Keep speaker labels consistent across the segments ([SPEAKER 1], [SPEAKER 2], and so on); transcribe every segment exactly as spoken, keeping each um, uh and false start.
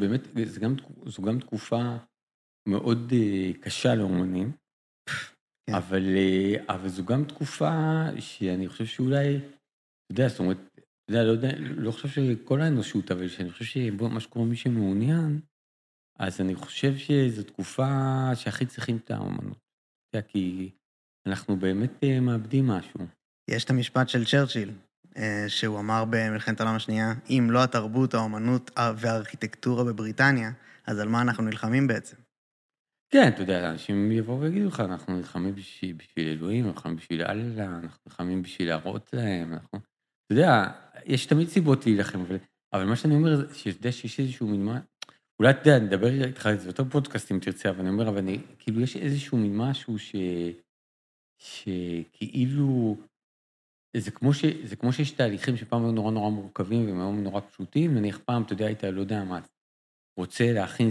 [SPEAKER 1] באמת, זה גם, זו גם תקופה מאוד קשה לאומנים,
[SPEAKER 2] כן.
[SPEAKER 1] אבל, אבל זו גם תקופה שאני חושב שאולי, אתה יודע, זאת אומרת, אתה יודע, לא יודע, לא חושב שכל האנושות, אבל שאני חושב שמה שקורה מי שמעוניין, אז אני חושב שזו תקופה שהכי צריכים את האומנות. אתה יודע, כי אנחנו באמת מאבדים משהו.
[SPEAKER 2] יש את המשפט של צ'רצ'יל, שהוא אמר במלחמת העולם השנייה, אם לא התרבות, האומנות והארכיטקטורה בבריטניה, אז על מה אנחנו נלחמים בעצם?
[SPEAKER 1] כן, אתה יודע, אנשים יבואו ויגידו לך, אנחנו נלחמים בשביל, בשביל אלוהים, אנחנו נלחמים בשביל אללה, אנחנו נלחמים בשביל להראות להם, אנחנו... אתה יודע, יש תמיד סיבות להילחם, אבל, אבל מה שאני אומר, זה שאתה יודע שיש איזשהו מין... אולי אתה יודע, אני אדבר איתך על זה, יותר פודקאסט אם תרצה, אבל אני אומר, אבל אני, כאילו יש איזשהו מין משהו ש... שכאילו... זה כמו, ש... זה כמו שיש תהליכים שפעם היו נורא נורא מורכבים, והם היו נורא פשוטים, נניח פעם, אתה יודע, היית, לא יודע מה, רוצה להכין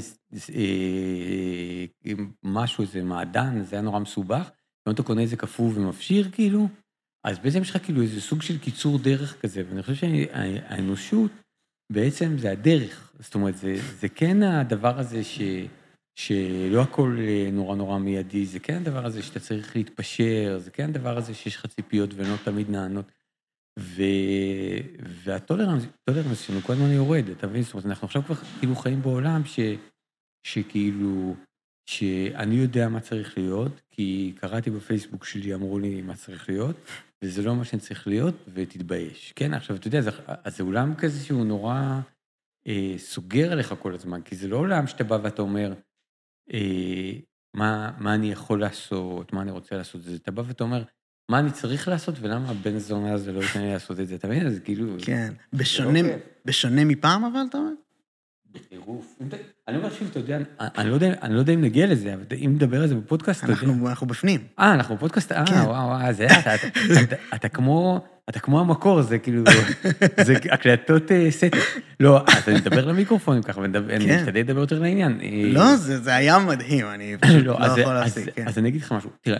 [SPEAKER 1] אה, משהו, איזה מעדן, זה היה נורא מסובך, ואתה קונה איזה קפוא ומפשיר, כאילו, אז בעצם יש לך כאילו איזה סוג של קיצור דרך כזה, ואני חושב שהאנושות בעצם זה הדרך, זאת אומרת, זה, זה כן הדבר הזה ש, שלא הכל נורא נורא מיידי, זה כן הדבר הזה שאתה צריך להתפשר, זה כן הדבר הזה שיש לך ציפיות ולא תמיד נענות, ו... והטולרנס, טולרנס שלנו כל הזמן יורד, אתה מבין? זאת אומרת, אנחנו עכשיו כבר כאילו חיים בעולם ש... שכאילו, שאני יודע מה צריך להיות, כי קראתי בפייסבוק שלי, אמרו לי מה צריך להיות, וזה לא מה שאני צריך להיות, ותתבייש. כן, עכשיו, אתה יודע, זה, אז זה עולם כזה שהוא נורא אה, סוגר עליך כל הזמן, כי זה לא עולם שאתה בא ואתה אומר, אה, מה, מה אני יכול לעשות, מה אני רוצה לעשות, זה אתה בא ואתה אומר, מה אני צריך לעשות, ולמה הבן זונה הזה לא ייתן לי לעשות את זה, אתה מבין? אז כאילו...
[SPEAKER 2] כן, בשונה, בשונה מפעם אבל, אתה אומר?
[SPEAKER 1] בטירוף. אני אומר שוב, אתה יודע, אני לא יודע, אני לא יודע אם נגיע לזה, אבל אם נדבר על זה בפודקאסט, אתה יודע.
[SPEAKER 2] אנחנו, אנחנו בפנים.
[SPEAKER 1] אה, אנחנו בפודקאסט, אה, וואו, וואו, זה, אתה כמו, אתה כמו המקור, זה כאילו, זה הקלטות סט. לא, אז אני מדבר למיקרופונים ככה, ואני משתדל לדבר יותר לעניין.
[SPEAKER 2] לא, זה היה מדהים, אני פשוט לא יכול להפסיק.
[SPEAKER 1] אז אני אגיד לך משהו, תראה,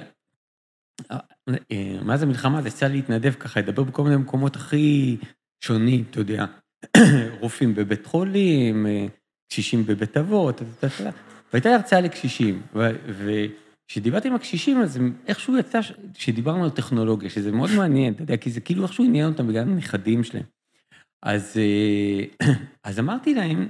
[SPEAKER 1] מאז המלחמה זה יצא להתנדב ככה, לדבר בכל מיני מקומות הכי שונים, אתה יודע, רופאים בבית חולים, קשישים בבית אבות, והייתה הרצאה לקשישים, וכשדיברתי עם הקשישים, אז איכשהו יצא שדיברנו על טכנולוגיה, שזה מאוד מעניין, אתה יודע, כי זה כאילו איכשהו עניין אותם בגלל הנכדים שלהם. אז, אז אמרתי להם,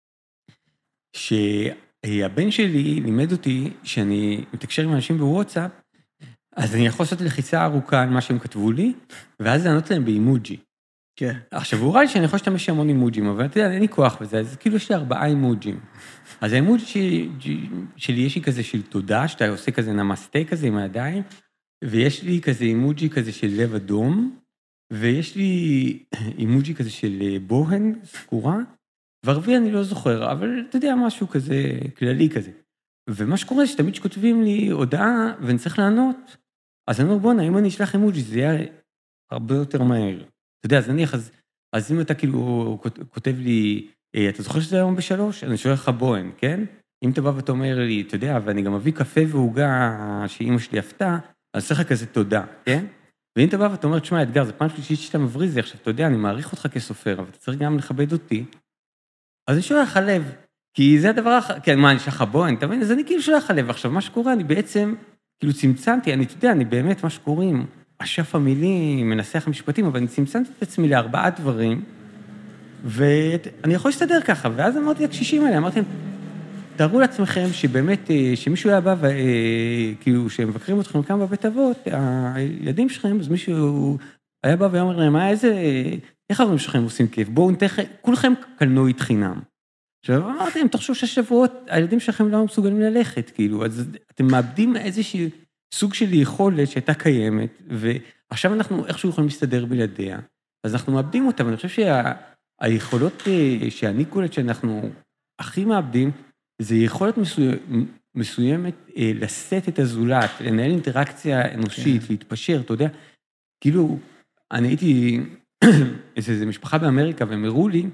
[SPEAKER 1] שהבן שלי לימד אותי, שאני מתקשר עם אנשים בוואטסאפ, אז אני יכול לעשות לחיצה ארוכה על מה שהם כתבו לי, ואז לענות להם באימוג'י.
[SPEAKER 2] כן.
[SPEAKER 1] עכשיו, הוא ראה לי שאני יכול להשתמש המון אימוג'ים, אבל אתה יודע, אין לי כוח בזה, אז כאילו יש לי ארבעה אימוג'ים. אז האימוג'י שלי יש לי כזה של תודה, שאתה עושה כזה נמסטה כזה עם הידיים, ויש לי כזה אימוג'י כזה של לב אדום, ויש לי אימוג'י כזה של בוהן סגורה, וערבי אני לא זוכר, אבל אתה יודע, משהו כזה כללי כזה. ומה שקורה זה שתמיד שכותבים לי הודעה, ואני צריך לענות, אז אני אומר, בוא, אם אני אשלח אימוג'י, זה יהיה הרבה יותר מהר. אתה יודע, אז נניח, אז, אז אם אתה כאילו כותב לי, אתה זוכר שזה היום בשלוש? אני שואל לך בוהן, כן? אם אתה בא ואתה אומר לי, אתה יודע, ואני גם מביא קפה והוגה שאמא שלי הפתה, אז צריך לך כזה תודה, כן? ואם אתה בא ואתה אומר, תשמע, אתגר, זה פעם שלישית שאתה מבריז לי, עכשיו, אתה יודע, אני מעריך אותך כסופר, אבל אתה צריך גם לכבד אותי, אז אני שואל לך לב, כי זה הדבר אחר, כן, מה, אני שלח בוהן, אתה מבין? אז אני כאילו שולח לב, עכשיו, מה שקורה, אני בעצם, כאילו צמצמתי, אני, אתה יודע, אני באמת, מה שקוראים, אשף המילים, מנסח המשפטים, אבל אני צמצמתי את עצמי לארבעה דברים, ואני יכול להסתדר ככה, ואז אמרתי לקשישים האלה, אמרתי להם, תארו לעצמכם שבאמת, שמישהו היה בא, כאילו, שמבקרים אתכם כאן בבית אבות, הילדים שלכם, אז מישהו היה בא ואומר להם, מה, איזה, איך ההורים שלכם עושים כיף? בואו נתכם, כולכם קלנועית חינם. עכשיו, אמרתי להם, תחשוב שהשבועות, הילדים שלכם לא מסוגלים ללכת, כאילו, אז אתם מאבדים איזושהי סוג של יכולת שהייתה קיימת, ועכשיו אנחנו איכשהו יכולים להסתדר בלעדיה, אז אנחנו מאבדים אותה, ואני חושב שהיכולות שאני קולט שאנחנו הכי מאבדים, זה יכולת מסוימת לשאת את הזולת, לנהל אינטראקציה אנושית, להתפשר, אתה יודע, כאילו, אני הייתי איזו משפחה באמריקה, והם הראו לי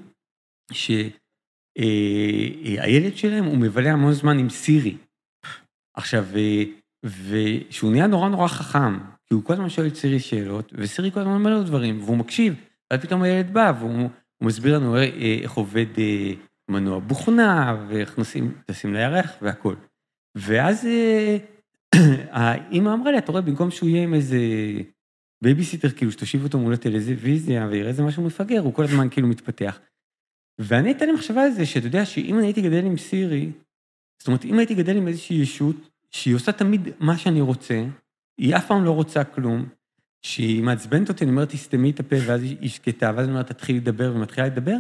[SPEAKER 1] שהילד שלהם הוא מבלה המון זמן עם סירי. עכשיו, ושהוא נהיה נורא נורא חכם, כי הוא כל הזמן שואל את סירי שאלות, וסירי כל הזמן אומר לו דברים, והוא מקשיב, ואז פתאום הילד בא, והוא מסביר לנו איך עובד מנוע בוכנה, ואיך נוסעים, טסים לירח והכל. ואז האמא אמרה לי, אתה רואה, במקום שהוא יהיה עם איזה בייביסיטר, כאילו שתושיב אותו מול הטלוויזיה, ויראה איזה משהו מפגר, הוא כל הזמן כאילו מתפתח. ואני הייתה לי מחשבה על זה, שאתה יודע שאם אני הייתי גדל עם סירי, זאת אומרת, אם הייתי גדל עם איזושהי ישות, שהיא עושה תמיד מה שאני רוצה, היא אף פעם לא רוצה כלום, שהיא מעצבנת אותי, אני אומרת, תסתמי את הפה, ואז היא שקטה, ואז אני אומרת, תתחיל לדבר, ומתחילה לדבר.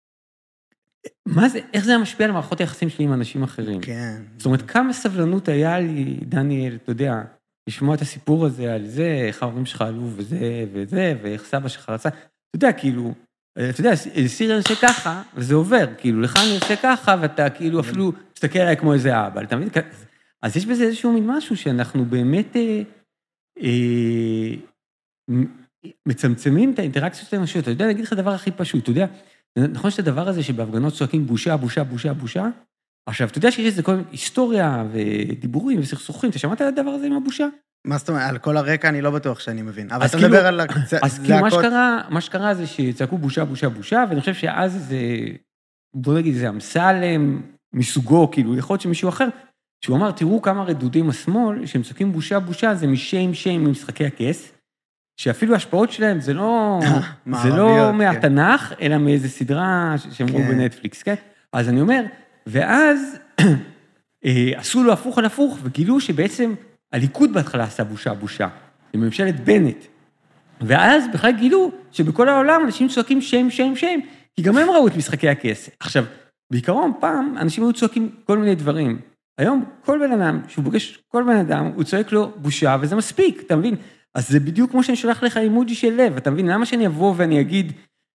[SPEAKER 1] מה זה, איך זה משפיע על מערכות היחסים שלי עם אנשים אחרים?
[SPEAKER 2] כן.
[SPEAKER 1] זאת אומרת, כמה סבלנות היה לי, דניאל, אתה יודע, לשמוע את הסיפור הזה על זה, איך ההורים שלך עלו וזה וזה, ואיך סבא שלך רצה, אתה יודע, כאילו, אתה יודע, סירי עושה ככה, וזה עובר, כאילו, לך אני עושה ככה, ואתה כאילו אפילו מסתכל עליי כמו איזה אבא, אתה מבין? אז יש בזה איזשהו מין משהו שאנחנו באמת אה, אה, מצמצמים את האינטראקציות האנושיות. אתה יודע, אני אגיד לך דבר הכי פשוט, אתה יודע, נכון שאתה הדבר הזה שבהפגנות צועקים בושה, בושה, בושה, בושה, עכשיו, אתה יודע שיש איזה כל היסטוריה ודיבורים וסכסוכים, אתה שמעת על הדבר הזה עם הבושה?
[SPEAKER 2] מה זאת אומרת? על כל הרקע אני לא בטוח שאני מבין. אבל אתה מדבר על...
[SPEAKER 1] אז כאילו מה שקרה זה שצעקו בושה, בושה, בושה, ואני חושב שאז זה, בוא נגיד, זה אמסלם מסוגו, כאילו, יכול להיות שמישהו אחר, שהוא אמר, תראו כמה רדודים השמאל, שהם צועקים בושה, בושה, זה משיים, שיים ממשחקי הכס, שאפילו ההשפעות שלהם זה לא, זה לא מהתנ"ך, אלא מאיזו סדרה שאמרו בנטפליקס, כן? אז אני אומר, ואז עשו לו הפוך על הפוך, וגילו שבעצם הליכוד בהתחלה עשה בושה, בושה, בממשלת בנט. ואז בכלל גילו שבכל העולם אנשים צועקים שם, שם, שם, כי גם הם ראו את משחקי הכס. עכשיו, בעיקרון פעם אנשים היו צועקים כל מיני דברים. היום כל בן אדם, שהוא פוגש כל בן אדם, הוא צועק לו בושה, וזה מספיק, אתה מבין? אז זה בדיוק כמו שאני שולח לך אימוג'י של לב, אתה מבין? למה שאני אבוא ואני אגיד,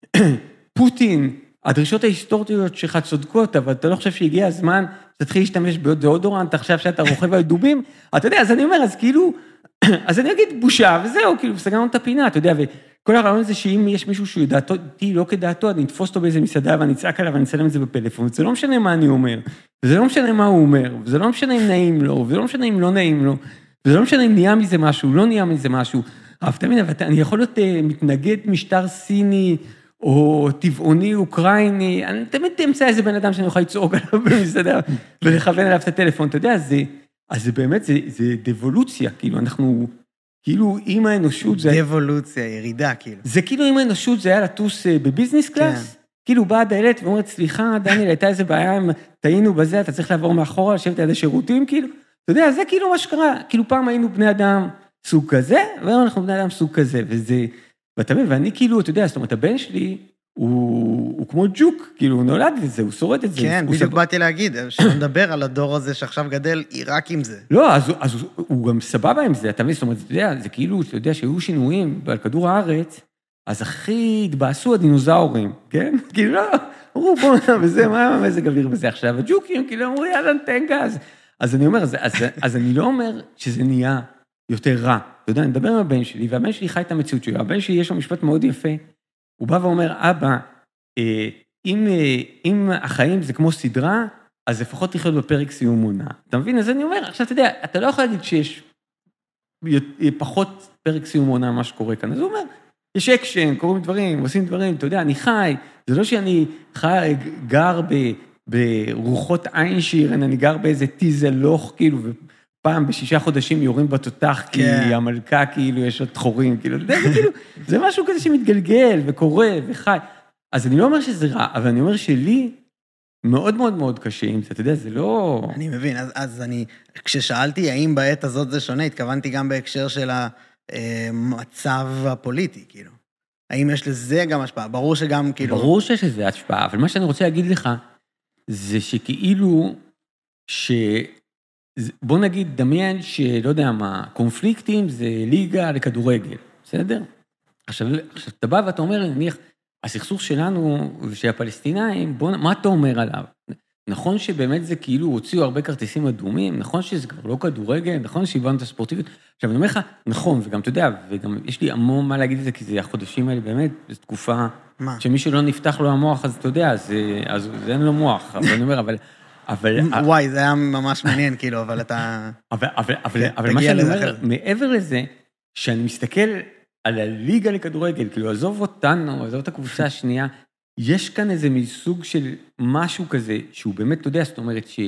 [SPEAKER 1] פוטין, הדרישות ההיסטוריות שלך צודקות, אבל אתה לא חושב שהגיע הזמן שתתחיל להשתמש בדאודורנט, עכשיו שאתה רוכב על דובים? אתה יודע, אז אני אומר, אז כאילו, אז אני אגיד בושה, וזהו, כאילו, סגרנו את הפינה, אתה יודע, וכל הרעיון זה שאם יש מישהו שהוא דעתי לא כדעתו, אני אתפוס אותו באיזה מסעדה, ואני אצעק עליו, ואני אצלם את זה בפלאפון, וזה לא משנה מה אני אומר, וזה לא משנה מה הוא אומר, וזה לא משנה אם נעים לו, וזה לא משנה אם לא נעים לו, וזה לא משנה אם נהיה מזה משהו, לא נהיה מזה משהו, אבל תמיד, אני יכול להיות מתנגד משטר סיני, או טבעוני אוקראיני, אני תמיד אמצא איזה בן אדם שאני יכול לצעוק עליו במסעדה, ולכוון עליו את הטלפון, אתה יודע, זה, אז זה באמת, זה, זה דבולוציה, כאילו, אנחנו, כאילו, עם האנושות זה...
[SPEAKER 2] דבולוציה, ירידה, כאילו.
[SPEAKER 1] זה כאילו, עם האנושות זה היה לטוס בביזנס קלאס, כאילו, באה דיילת ואומרת, סליחה, דניאל, הייתה איזה בעיה, טעינו בזה, אתה צריך לעבור מאחורה, לשבת על השירותים, כאילו, אתה יודע, זה כאילו מה שקרה, כאילו, פעם היינו בני אדם סוג כזה, והיום אנחנו בני אדם סוג כזה, וזה... ואתה מבין, ואני כאילו, אתה יודע, זאת אומרת, הבן שלי, הוא, הוא כמו ג'וק, כאילו, הוא נולד לזה, הוא שורד את זה.
[SPEAKER 2] כן, בדיוק סב... באתי להגיד, שלא נדבר על הדור הזה שעכשיו גדל רק עם זה.
[SPEAKER 1] לא, אז, אז הוא, הוא גם סבבה עם זה, אתה מבין, זאת אומרת, אתה יודע, זה כאילו, אתה יודע, שהיו שינויים על כדור הארץ, אז הכי התבאסו הדינוזאורים, כן? כאילו, לא, אמרו, בוא, וזה, מה המזג אוויר בזה עכשיו? הג'וקים, כאילו, אמרו, יאללה, נתן גז. אז אני אומר, אז, אז, אז אני לא אומר שזה נהיה יותר רע. אתה יודע, אני מדבר עם הבן שלי, והבן שלי חי את המציאות שלו. הבן שלי יש לו משפט מאוד יפה. הוא בא ואומר, אבא, אם, אם החיים זה כמו סדרה, אז לפחות תחיות בפרק סיום עונה. אתה מבין? אז אני אומר, עכשיו אתה יודע, אתה לא יכול להגיד שיש פחות פרק סיום עונה מה שקורה כאן. אז הוא אומר, יש אקשן, קוראים דברים, עושים דברים, אתה יודע, אני חי, זה לא שאני חי, גר ב, ברוחות איינשירן, אני גר באיזה טיזל לוח, כאילו, פעם בשישה חודשים יורים בתותח, כי המלכה כאילו יש עוד חורים, כאילו, זה משהו כזה שמתגלגל וקורה וחי. אז אני לא אומר שזה רע, אבל אני אומר שלי מאוד מאוד מאוד קשה עם זה, אתה יודע, זה לא...
[SPEAKER 2] אני מבין, אז, אז אני, כששאלתי האם בעת הזאת זה שונה, התכוונתי גם בהקשר של המצב הפוליטי, כאילו. האם יש לזה גם השפעה? ברור שגם כאילו...
[SPEAKER 1] ברור שיש לזה השפעה, אבל מה שאני רוצה להגיד לך, זה שכאילו, ש... בוא נגיד, דמיין שלא יודע מה, קונפליקטים זה ליגה לכדורגל, בסדר? עכשיו, עכשיו אתה בא ואתה אומר, נניח, הסכסוך שלנו ושל הפלסטינאים, בוא, מה אתה אומר עליו? נכון שבאמת זה כאילו הוציאו הרבה כרטיסים אדומים, נכון שזה כבר לא כדורגל, נכון שהבנו את הספורטיביות, עכשיו אני אומר לך, נכון, וגם אתה יודע, וגם יש לי המון מה להגיד את זה, כי זה החודשים האלה באמת, זו תקופה, מה? שמי שלא נפתח לו המוח, אז אתה יודע, אז, אז אין לו מוח, אבל אני אומר, אבל... אבל...
[SPEAKER 2] וואי, זה היה ממש מעניין, כאילו, אבל אתה...
[SPEAKER 1] אבל, אבל, אבל, אבל מה שאני אומר, מעבר לזה, שאני מסתכל על הליגה לכדורגל, כאילו, עזוב אותנו, עזוב את הקבוצה השנייה, יש כאן איזה מסוג של משהו כזה, שהוא באמת, אתה יודע, זאת אומרת, ש,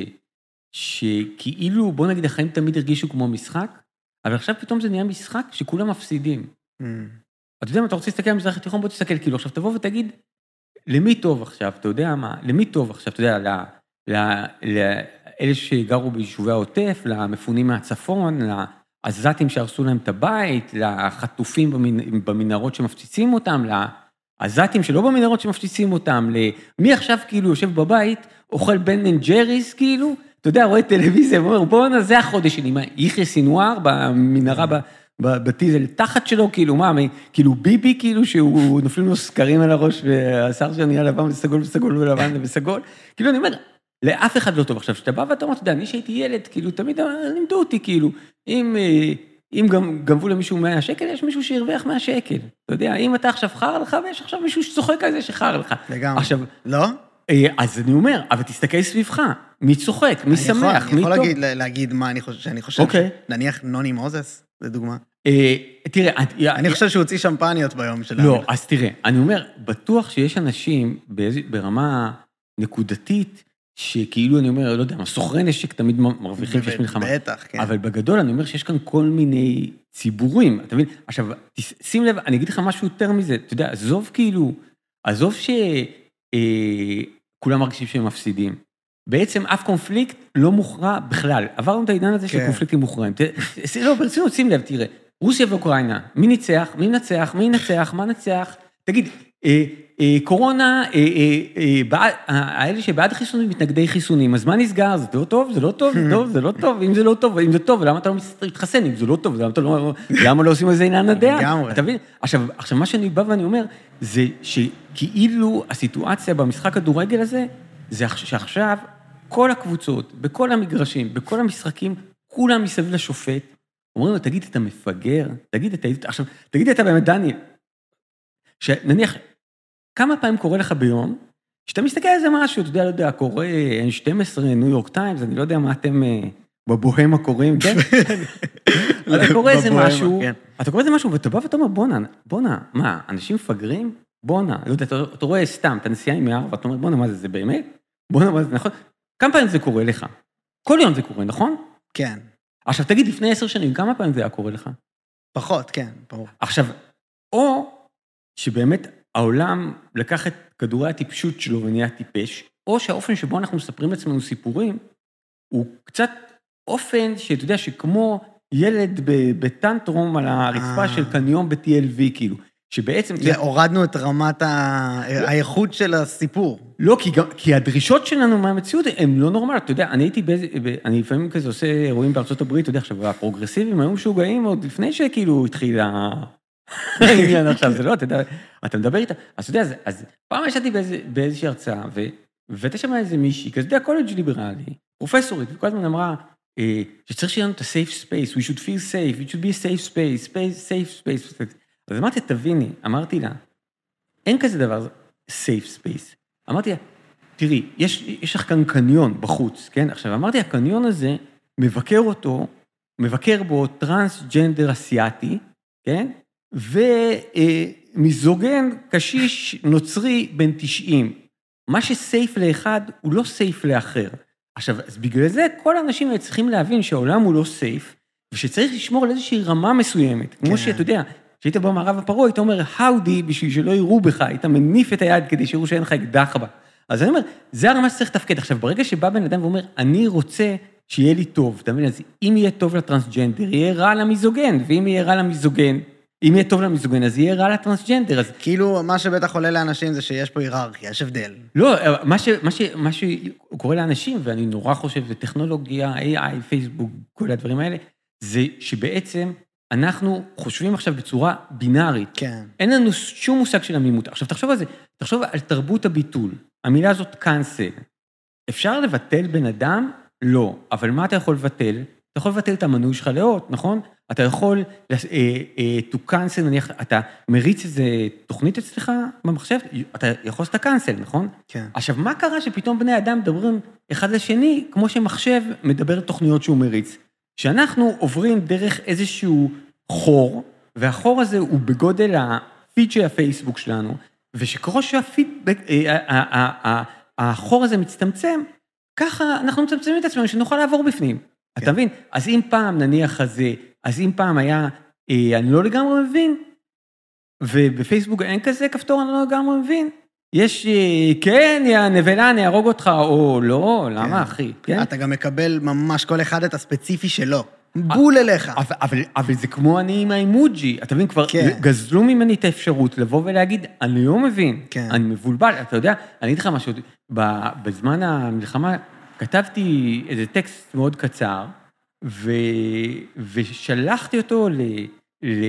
[SPEAKER 1] שכאילו, בוא נגיד, החיים תמיד הרגישו כמו משחק, אבל עכשיו פתאום זה נהיה משחק שכולם מפסידים. Mm. אתה יודע, אם אתה רוצה להסתכל על מזרח התיכון, בוא תסתכל, כאילו, עכשיו תבוא ותגיד, למי טוב עכשיו, אתה יודע מה, למי טוב עכשיו, אתה יודע, ל, ל, לאלה שגרו ביישובי העוטף, למפונים מהצפון, לעזתים שהרסו להם את הבית, לחטופים במנהרות שמפציצים אותם, לעזתים שלא במנהרות שמפציצים אותם, למי עכשיו כאילו יושב בבית, אוכל בן אנד ג'ריס כאילו, אתה יודע, רואה טלוויזיה, ואומר, בוא נזה החודש שלי, מה, יחיא סינואר במנהרה בטיזל תחת שלו, כאילו מה, כאילו ביבי, כאילו שהוא נופלים לו סקרים על הראש, והשר שלו נהיה לבן וסגול וסגול ולבן וסגול, כאילו אני אומר, לאף אחד לא טוב. עכשיו, שאתה בא ואתה אומר, אתה יודע, אני שהייתי ילד, כאילו, תמיד לימדו אותי, כאילו, אם, אם גנבו למישהו מאה שקל, יש מישהו שירוויח מאה שקל. אתה יודע, אם אתה עכשיו חר לך, ויש עכשיו מישהו שצוחק על זה שחר לך.
[SPEAKER 2] לגמרי.
[SPEAKER 1] עכשיו,
[SPEAKER 2] לא?
[SPEAKER 1] אז אני אומר, אבל תסתכל סביבך, מי צוחק, מי שמח, מי טוב.
[SPEAKER 2] אני יכול להגיד, להגיד מה אני חושב, שאני חושב,
[SPEAKER 1] אוקיי.
[SPEAKER 2] נניח נוני מוזס, זה דוגמה.
[SPEAKER 1] תראה,
[SPEAKER 2] אני חושב שהוא הוציא שמפניות ביום שלנו.
[SPEAKER 1] לא, אז תראה, אני אומר, בטוח שיש אנשים ברמה נקודתית, שכאילו אני אומר, לא יודע, סוחרי נשק תמיד מרוויחים שיש מלחמה.
[SPEAKER 2] בטח, כן.
[SPEAKER 1] אבל בגדול אני אומר שיש כאן כל מיני ציבורים, אתה מבין? עכשיו, שים לב, אני אגיד לך משהו יותר מזה, אתה יודע, עזוב כאילו, עזוב שכולם מרגישים שהם מפסידים. בעצם אף קונפליקט לא מוכרע בכלל. עברנו את העידן הזה של קונפליקטים מוכרעים. לא, ברצינות, שים לב, תראה, רוסיה ואוקראינה, מי ניצח, מי נצח, מי נצח, מה נצח? תגיד, קורונה, האלה שבעד חיסונים, מתנגדי חיסונים, אז מה נסגר? זה לא טוב, זה לא טוב, זה טוב, זה לא טוב, אם זה לא טוב, אם זה טוב, למה אתה לא מתחסן? אם זה לא טוב, למה לא עושים על זה עניין הדעה? אתה מבין? עכשיו, מה שאני בא ואני אומר, זה שכאילו הסיטואציה במשחק כדורגל הזה, זה שעכשיו כל הקבוצות, בכל המגרשים, בכל המשחקים, כולם מסביב לשופט, אומרים לו, תגיד, אתה מפגר? תגיד, עכשיו, תגיד, אתה באמת, דניאל, שנניח, כמה פעמים קורה לך ביום, שאתה מסתכל על זה משהו, אתה יודע, לא יודע, קורא אן שתים עשרה, ניו יורק טיימס, אני לא יודע מה אתם בבוהם הקוראים, כן? אתה קורא איזה משהו, אתה קורא איזה משהו, ואתה בא ואתה אומר, בונה, בונה, מה, אנשים מפגרים? בונה, לא יודע, אתה רואה סתם, אתה נסיעה עם יער, ואתה אומר, בונה, מה זה, זה באמת? בונה, מה זה, נכון? כמה פעמים זה קורה לך? כל יום זה קורה, נכון?
[SPEAKER 2] כן.
[SPEAKER 1] עכשיו, תגיד, לפני עשר שנים, כמה פעמים זה היה קורה לך?
[SPEAKER 2] פחות, כן, ברור.
[SPEAKER 1] עכשיו, או שבאמת העולם לקח את כדורי הטיפשות שלו ונהיה טיפש, או שהאופן שבו אנחנו מספרים לעצמנו סיפורים, הוא קצת אופן שאתה יודע שכמו ילד בטנטרום על הרצפה של קניון ב-טי אל וי, כאילו, שבעצם...
[SPEAKER 2] הורדנו את רמת האיכות של הסיפור.
[SPEAKER 1] לא, כי הדרישות שלנו מהמציאות הן לא נורמליות. אתה יודע, אני הייתי באיזה, אני לפעמים כזה עושה אירועים בארצות הברית, אתה יודע, עכשיו, הפרוגרסיבים היו משוגעים עוד לפני שכאילו התחיל העניין עכשיו, זה לא, אתה יודע, אתה מדבר איתה, אז אתה יודע, אז פעם ישבתי באיזושהי הרצאה, ואתה שמע איזה מישהי, כזה, אתה יודע, קולג' ליברלי, פרופסורית, וכל הזמן אמרה, שצריך שיהיה לנו את ה-safe space, we should feel safe, it should be a safe space, space, safe space. אז אמרתי, תביני, אמרתי לה, אין כזה דבר, safe space. אמרתי לה, תראי, יש, יש לך כאן קניון בחוץ, כן? עכשיו, אמרתי, הקניון הזה, מבקר אותו, מבקר בו טרנסג'נדר אסיאטי, כן? ומיזוגן קשיש נוצרי בן תשעים. מה שסייף לאחד, הוא לא סייף לאחר. עכשיו, אז בגלל זה, כל האנשים צריכים להבין שהעולם הוא לא סייף, ושצריך לשמור על איזושהי רמה מסוימת. כמו שאתה יודע, כשהיית במערב הפרעה, היית אומר, האודי, בשביל שלא יראו בך, היית מניף את היד כדי שיראו שאין לך אקדח בה. אז אני אומר, זה הרמה שצריך לתפקד. עכשיו, ברגע שבא בן אדם ואומר, אני רוצה שיהיה לי טוב, אתה מבין? אז אם יהיה טוב לטרנסג'נדר, יהיה רע למיזוגן, ואם יהיה רע למיזוגן, אם יהיה טוב למיזוגן, אז יהיה רע לטרנסג'נדר. אז...
[SPEAKER 2] כאילו, מה שבטח עולה לאנשים זה שיש פה היררכיה, יש הבדל.
[SPEAKER 1] לא, מה, ש, מה, ש, מה שקורה לאנשים, ואני נורא חושב, זה טכנולוגיה, איי איי, פייסבוק, כל הדברים האלה, זה שבעצם אנחנו חושבים עכשיו בצורה בינארית.
[SPEAKER 2] כן.
[SPEAKER 1] אין לנו שום מושג של עמימות. עכשיו, תחשוב על זה, תחשוב על תרבות הביטול. המילה הזאת קאנסל. אפשר לבטל בן אדם? לא. אבל מה אתה יכול לבטל? אתה יכול לבטל את המנוי שלך לאות, נכון? אתה יכול, to cancel, נניח, אתה מריץ איזה תוכנית אצלך במחשב, אתה יכול לעשות את הקאנסל, נכון?
[SPEAKER 2] כן.
[SPEAKER 1] עכשיו, מה קרה שפתאום בני אדם מדברים אחד לשני, כמו שמחשב מדבר תוכניות שהוא מריץ? שאנחנו עוברים דרך איזשהו חור, והחור הזה הוא בגודל הפיד של הפייסבוק שלנו, ושככל שהפידבק, החור הזה מצטמצם, ככה אנחנו מצמצמים את עצמנו, שנוכל לעבור בפנים. אתה מבין? אז אם פעם נניח הזה, אז אם פעם היה, אני לא לגמרי מבין, ובפייסבוק אין כזה כפתור, אני לא לגמרי מבין, יש, כן, יא נבלה, אני ארוג אותך, או לא, למה, אחי?
[SPEAKER 2] אתה גם מקבל ממש כל אחד את הספציפי שלו. בול אליך.
[SPEAKER 1] אבל, אבל זה כמו אני עם האימוג'י, אתה מבין, כבר גזלו ממני את האפשרות לבוא ולהגיד, אני לא מבין, אני מבולבל, אתה יודע, אני אגיד לך משהו, בזמן המלחמה כתבתי איזה טקסט מאוד קצר, ו, ושלחתי אותו ל, ל,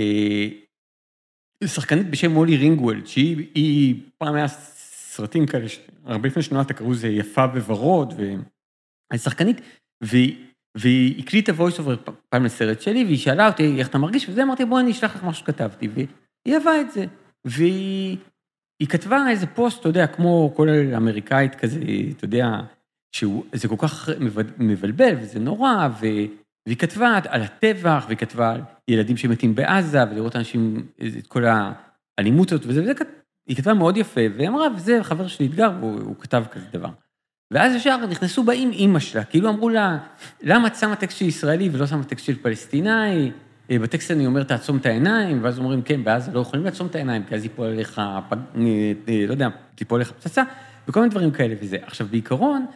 [SPEAKER 1] לשחקנית בשם מולי רינגוולד, שהיא היא, פעם היה סרטים כאלה, הרבה לפני שנולדת קראו זה יפה וורוד, והיא שחקנית, והיא, והיא הקליטה voice over פעם לסרט שלי, והיא שאלה אותי איך אתה מרגיש, וזה אמרתי, בואי אני אשלח לך משהו שכתבתי, והיא אהבה את זה, והיא היא כתבה איזה פוסט, אתה יודע, כמו כל אמריקאית כזה, אתה יודע, שזה כל כך מבלבל, וזה נורא, והיא כתבה על הטבח, והיא כתבה על ילדים שמתים בעזה, ולראות אנשים, את כל האלימות הזאת, וזה, היא כתבה מאוד יפה, והיא אמרה, וזה חבר שלי אתגר, והוא כתב כזה דבר. ואז ישר נכנסו באים אימא שלה, כאילו אמרו לה, למה את שמה טקסט של ישראלי ולא שמה טקסט של פלסטיני? בטקסט אני אומר, תעצום את העיניים, ואז אומרים, כן, בעזה לא יכולים לעצום את העיניים, כי אז ייפול עליך, לא יודע, ייפול עליך פצצה, וכל מיני דברים כאלה וזה. עכשיו, בעיקרון,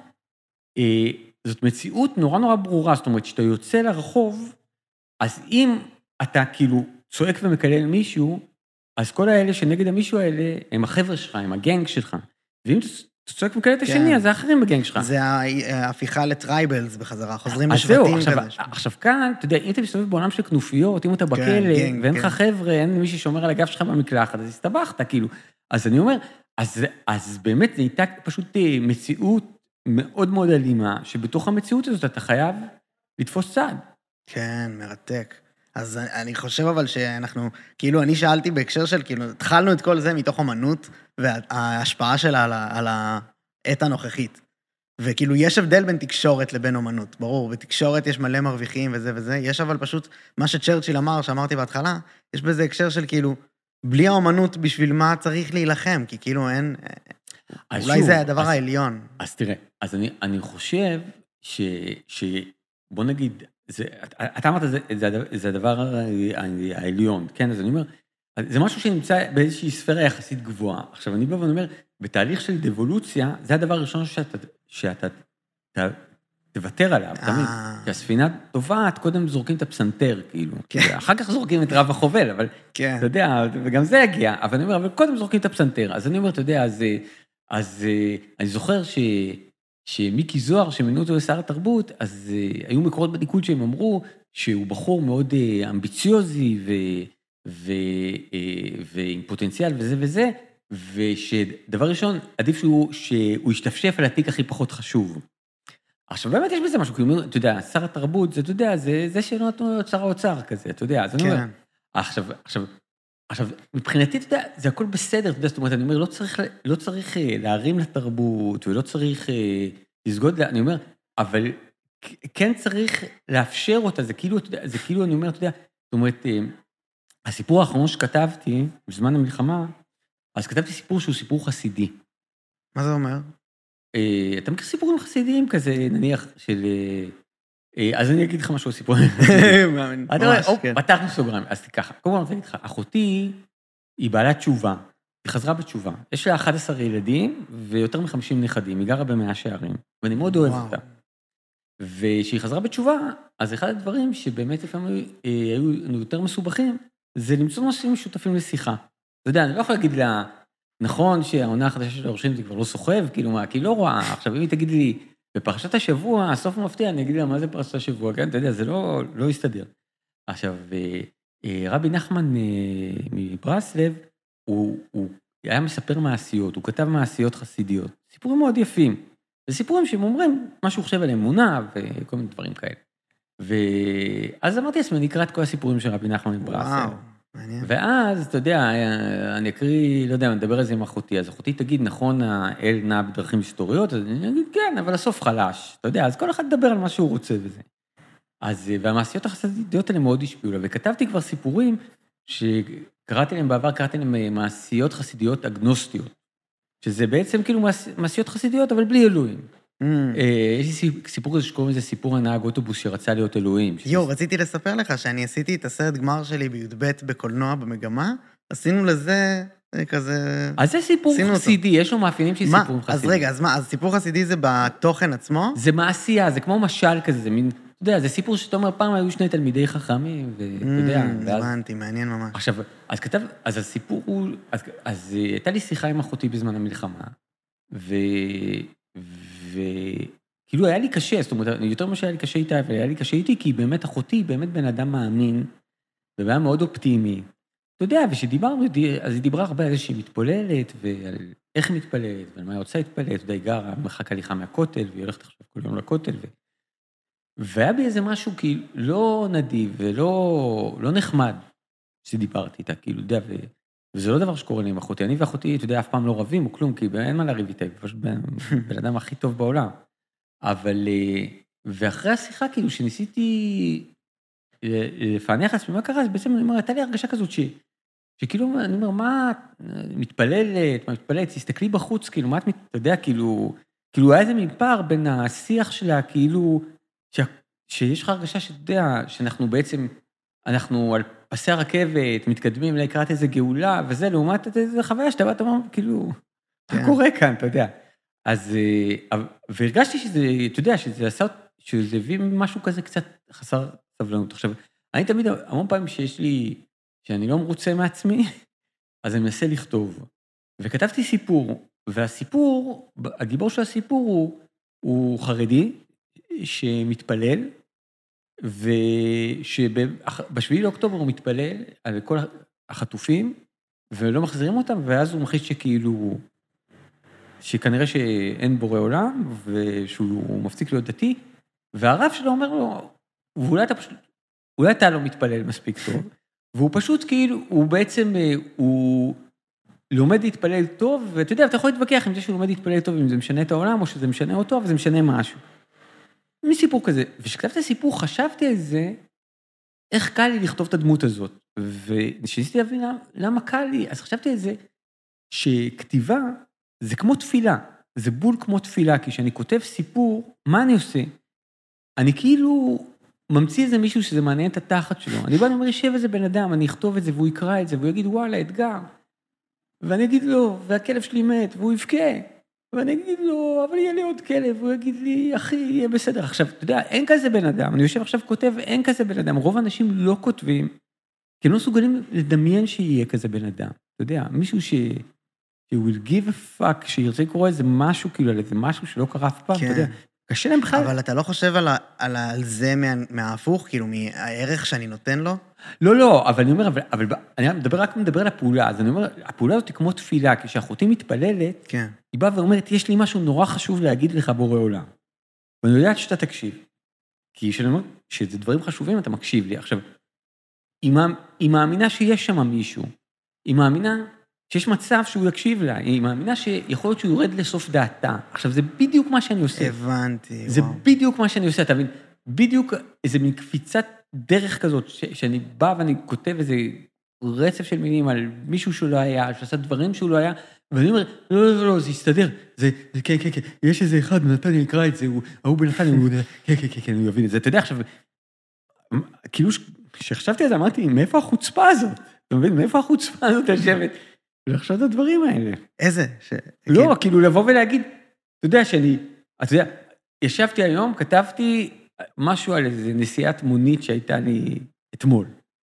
[SPEAKER 1] זאת מציאות נורא נורא ברורה, זאת אומרת, שאתה יוצא לרחוב, אז אם אתה כאילו צועק ומקלל מישהו, אז כל האלה שנגד המישהו האלה, הם החבר'ה שלך, הם הגנג שלך. ואם אתה צועק ומקלל את השני, אז זה האחרים בגנג שלך.
[SPEAKER 2] זה ההפיכה לטרייבלס בחזרה, חוזרים לשבטים כזה.
[SPEAKER 1] עכשיו כאן, אתה יודע, אם אתה מסתובב בעולם של כנופיות, אם אתה בכלא, ואין לך חבר'ה, אין מי ששומר על הגב שלך במקלחת, אז הסתבכת, כאילו. אז אני אומר, אז באמת זה הייתה פשוט מציאות מאוד מאוד אלימה, שבתוך המציאות הזאת אתה חייב לתפוס צעד.
[SPEAKER 2] כן, מרתק. אז אני חושב אבל שאנחנו, כאילו אני שאלתי בהקשר של, כאילו, התחלנו את כל זה מתוך אומנות, וההשפעה שלה על, על העת הנוכחית. וכאילו יש הבדל בין תקשורת לבין אומנות, ברור, בתקשורת יש מלא מרוויחים וזה וזה, יש אבל פשוט, מה שצ'רצ'יל אמר, שאמרתי בהתחלה, יש בזה הקשר של כאילו, בלי האומנות בשביל מה צריך להילחם, כי כאילו אין, אולי שוב, זה הדבר
[SPEAKER 1] אז,
[SPEAKER 2] העליון.
[SPEAKER 1] אז תראה, אז אני, אני חושב ש, ש, בוא נגיד, זה, אתה אמרת, זה, זה, זה הדבר העליון, כן? אז אני אומר, זה משהו שנמצא באיזושהי ספירה יחסית גבוהה. עכשיו, אני בא ואני אומר, בתהליך של דבולוציה, זה הדבר הראשון שאתה, שאתה ת, תוותר עליו, תמיד. כי הספינה טובעת, קודם זורקים את הפסנתר, כאילו. אחר כך זורקים את רב החובל, אבל אתה יודע, וגם זה יגיע. אבל אני אומר, אבל קודם זורקים את הפסנתר. אז אני אומר, אתה יודע, אז, אז אני זוכר ש... שמיקי זוהר, שמינו אותו לשר התרבות, אז uh, היו מקורות בניקוד שהם אמרו שהוא בחור מאוד uh, אמביציוזי ו, ו, uh, ועם פוטנציאל וזה וזה, ושדבר ראשון, עדיף שהוא, שהוא ישתפשף על התיק הכי פחות חשוב. עכשיו באמת יש בזה משהו, כי אתה יודע, שר התרבות, זה, אתה יודע, זה, זה שנתנו את שר האוצר כזה, אתה יודע, אז אני אומר, עכשיו, עכשיו, עכשיו, מבחינתי, אתה יודע, זה הכל בסדר, אתה יודע, זאת אומרת, אני אומר, לא צריך, לא צריך להרים לתרבות, ולא צריך לסגוד, אני אומר, אבל כן צריך לאפשר אותה, זה כאילו, זה כאילו, אני אומר, אתה יודע, זאת אומרת, הסיפור האחרון שכתבתי, בזמן המלחמה, אז כתבתי סיפור שהוא סיפור חסידי.
[SPEAKER 2] מה זה אומר?
[SPEAKER 1] אתה מכיר סיפורים חסידיים כזה, נניח, של... אז אני אגיד לך משהו סיפור. פתחנו סוגריים, אז ככה, קודם כל אני רוצה להגיד לך, אחותי היא בעלת תשובה, היא חזרה בתשובה, יש לה אחד עשר ילדים ויותר מ-חמישים נכדים, היא גרה במאה שערים, ואני מאוד אוהב אותה. וכשהיא חזרה בתשובה, אז אחד הדברים שבאמת לפעמים היו יותר מסובכים, זה למצוא נושאים משותפים לשיחה. אתה יודע, אני לא יכול להגיד לה, נכון שהעונה החדשה של היורשים זה כבר לא סוחב, כאילו מה, כי היא לא רואה, עכשיו אם היא תגיד לי, בפרשת השבוע, הסוף מפתיע, אני אגיד לה, מה זה פרשת השבוע? כן, אתה יודע, זה לא, לא יסתדר. עכשיו, רבי נחמן מברסלב, הוא, הוא היה מספר מעשיות, הוא כתב מעשיות חסידיות, סיפורים מאוד יפים. זה סיפורים שהם אומרים, משהו חושב על אמונה וכל מיני דברים כאלה. ואז אמרתי לעצמי, אני אקרא את כל הסיפורים של רבי נחמן מברסלב. ואז, אתה יודע, אני אקריא, לא יודע, אני מדבר על זה עם אחותי, אז אחותי תגיד, נכון, האל נע בדרכים היסטוריות, אז אני אגיד, כן, אבל הסוף חלש, אתה יודע, אז כל אחד מדבר על מה שהוא רוצה וזה. אז, והמעשיות החסידיות האלה מאוד השפיעו לה, וכתבתי כבר סיפורים שקראתי להם בעבר, קראתי להם מעשיות חסידיות אגנוסטיות, שזה בעצם כאילו מעשיות חסידיות, אבל בלי אלוהים. יש לי סיפור כזה שקוראים לזה סיפור הנהג אוטובוס שרצה להיות אלוהים.
[SPEAKER 2] יו, רציתי לספר לך שאני עשיתי את הסרט גמר שלי בי"ב בקולנוע במגמה, עשינו לזה כזה...
[SPEAKER 1] אז זה סיפור חסידי, יש לו מאפיינים של סיפור חסידי.
[SPEAKER 2] אז רגע, אז מה, אז סיפור חסידי זה בתוכן עצמו?
[SPEAKER 1] זה מעשייה, זה כמו משל כזה, זה מין, אתה יודע, זה סיפור שאתה אומר, פעם היו שני תלמידי חכמים, ואתה יודע, ואז...
[SPEAKER 2] הבנתי, מעניין ממש.
[SPEAKER 1] עכשיו, אז כתב, אז הסיפור הוא, אז, אז הייתה לי שיחה עם אחותי בזמן המלחמה, ו... וכאילו היה לי קשה, זאת אומרת, יותר ממה שהיה לי קשה איתה, אבל היה לי קשה איתי, כי באמת אחותי היא באמת בן אדם מאמין, והיה מאוד אופטימי. אתה יודע, ושדיברנו, אז היא דיברה הרבה על זה שהיא מתפוללת, ועל איך היא מתפללת, ועל מה היא רוצה להתפללת, אתה יודע, היא גרה מרחק הליכה מהכותל, והיא הולכת עכשיו כל יום לכותל, ו... והיה בי איזה משהו כאילו לא נדיב, ולא לא נחמד, שדיברתי איתה, כאילו, אתה יודע, ו... וזה לא דבר שקורה לי עם אחותי. אני ואחותי, אתה יודע, אף פעם לא רבים או כלום, כי אין מה לריב איתה, היא פשוט בן אדם הכי טוב בעולם. אבל, ואחרי השיחה, כאילו, שניסיתי לפענח לעצמי מה קרה, אז בעצם אני אומר, הייתה לי הרגשה כזאת ש, שכאילו, אני אומר, מה את מתפללת, מה מתפללת, תסתכלי בחוץ, כאילו, מה את, אתה יודע, כאילו, כאילו, היה איזה מפער בין השיח שלה, כאילו, ש, שיש לך הרגשה שאתה יודע, שאנחנו בעצם, אנחנו על פסי הרכבת, מתקדמים לקראת איזה גאולה, וזה לעומת איזה חוויה שאתה בא, אתה אומר, כאילו, מה קורה כאן, אתה יודע. אז, והרגשתי שזה, אתה יודע, שזה עשה, שזה הביא משהו כזה קצת חסר סבלנות. עכשיו, אני תמיד, המון פעמים שיש לי, שאני לא מרוצה מעצמי, אז אני מנסה לכתוב. וכתבתי סיפור, והסיפור, הגיבור של הסיפור הוא, הוא חרדי, שמתפלל, ושבשביעי לאוקטובר הוא מתפלל על כל החטופים, ולא מחזירים אותם, ואז הוא מחליט שכאילו, שכנראה שאין בורא עולם, ושהוא מפסיק להיות דתי, והרב שלו אומר לו, ואולי אתה פשוט, אולי אתה לא מתפלל מספיק טוב, והוא פשוט כאילו, הוא בעצם, הוא לומד להתפלל טוב, ואתה יודע, אתה יכול להתווכח עם זה שהוא לומד להתפלל טוב, אם זה משנה את העולם, או שזה משנה אותו, אבל זה משנה משהו. מסיפור כזה, וכשכתבתי סיפור, חשבתי על זה, איך קל לי לכתוב את הדמות הזאת, וכשניסיתי להבין למה קל לי, אז חשבתי על זה, שכתיבה זה כמו תפילה, זה בול כמו תפילה, כי כשאני כותב סיפור, מה אני עושה? אני כאילו ממציא איזה מישהו שזה מעניין את התחת שלו, אני בא ואומר, ישב איזה בן אדם, אני אכתוב את זה, והוא יקרא את זה, והוא יגיד, וואלה, אתגר, ואני אגיד לו, והכלב שלי מת, והוא יבכה, ואני אגיד לו, אבל יהיה לי עוד כלב, והוא יגיד לי, אחי, יהיה בסדר. עכשיו, אתה יודע, אין כזה בן אדם, אני יושב עכשיו כותב, אין כזה בן אדם, רוב האנשים לא כותבים, כי הם לא מסוגלים לדמיין שיהיה כזה בן אדם. אתה יודע, מישהו ש... ש- will give a fuck, שירצה לקרוא איזה משהו, כאילו, על איזה משהו שלא קרה אף פעם, אתה יודע, קשה להם בכלל.
[SPEAKER 2] אבל אתה לא חושב על, ה- על, ה- על זה מה, מההפוך, כאילו, מהערך שאני נותן לו?
[SPEAKER 1] לא, לא, אבל אני אומר, אבל, אבל אני מדבר, רק מדבר על הפעולה, אז אני אומר, הפעולה הזאת היא כמו תפילה, כשאחותי מתפללת,
[SPEAKER 2] כן. היא
[SPEAKER 1] באה ואומרת, יש לי משהו נורא חשוב להגיד לך בורא עולם. ואני יודעת שאתה תקשיב. כי כשאני אומר, שזה דברים חשובים, אתה מקשיב לי. עכשיו, היא, היא מאמינה שיש שם מישהו. היא מאמינה שיש מצב שהוא יקשיב לה. היא מאמינה שיכול להיות שהוא יורד לסוף דעתה. עכשיו, זה בדיוק מה שאני עושה.
[SPEAKER 2] הבנתי,
[SPEAKER 1] זה
[SPEAKER 2] וואו.
[SPEAKER 1] בדיוק מה שאני עושה, אתה מבין? בדיוק איזה מין קפיצת דרך כזאת, ש, שאני בא ואני כותב איזה רצף של מילים על מישהו שהוא לא היה, שעשה דברים שהוא לא היה, ואני אומר, לא, לא, לא, זה יסתדר, זה, זה, כן, כן, כן, יש איזה אחד, בנתניה יקרא את זה, הוא, ההוא בנתניה, הוא, כן, כן, כן, כן, הוא יבין את זה, אתה יודע, עכשיו, כאילו, כשחשבתי על זה, אמרתי, מאיפה החוצפה הזאת? אתה מבין, מאיפה החוצפה הזאת לשבת? ולחשוב את הדברים האלה.
[SPEAKER 2] איזה? ש...
[SPEAKER 1] לא, כאילו, לבוא ולהגיד, אתה יודע שאני, אתה יודע, ישבתי היום, כתבתי משהו על איזה נסיעת מונית שהייתה לי אתמול.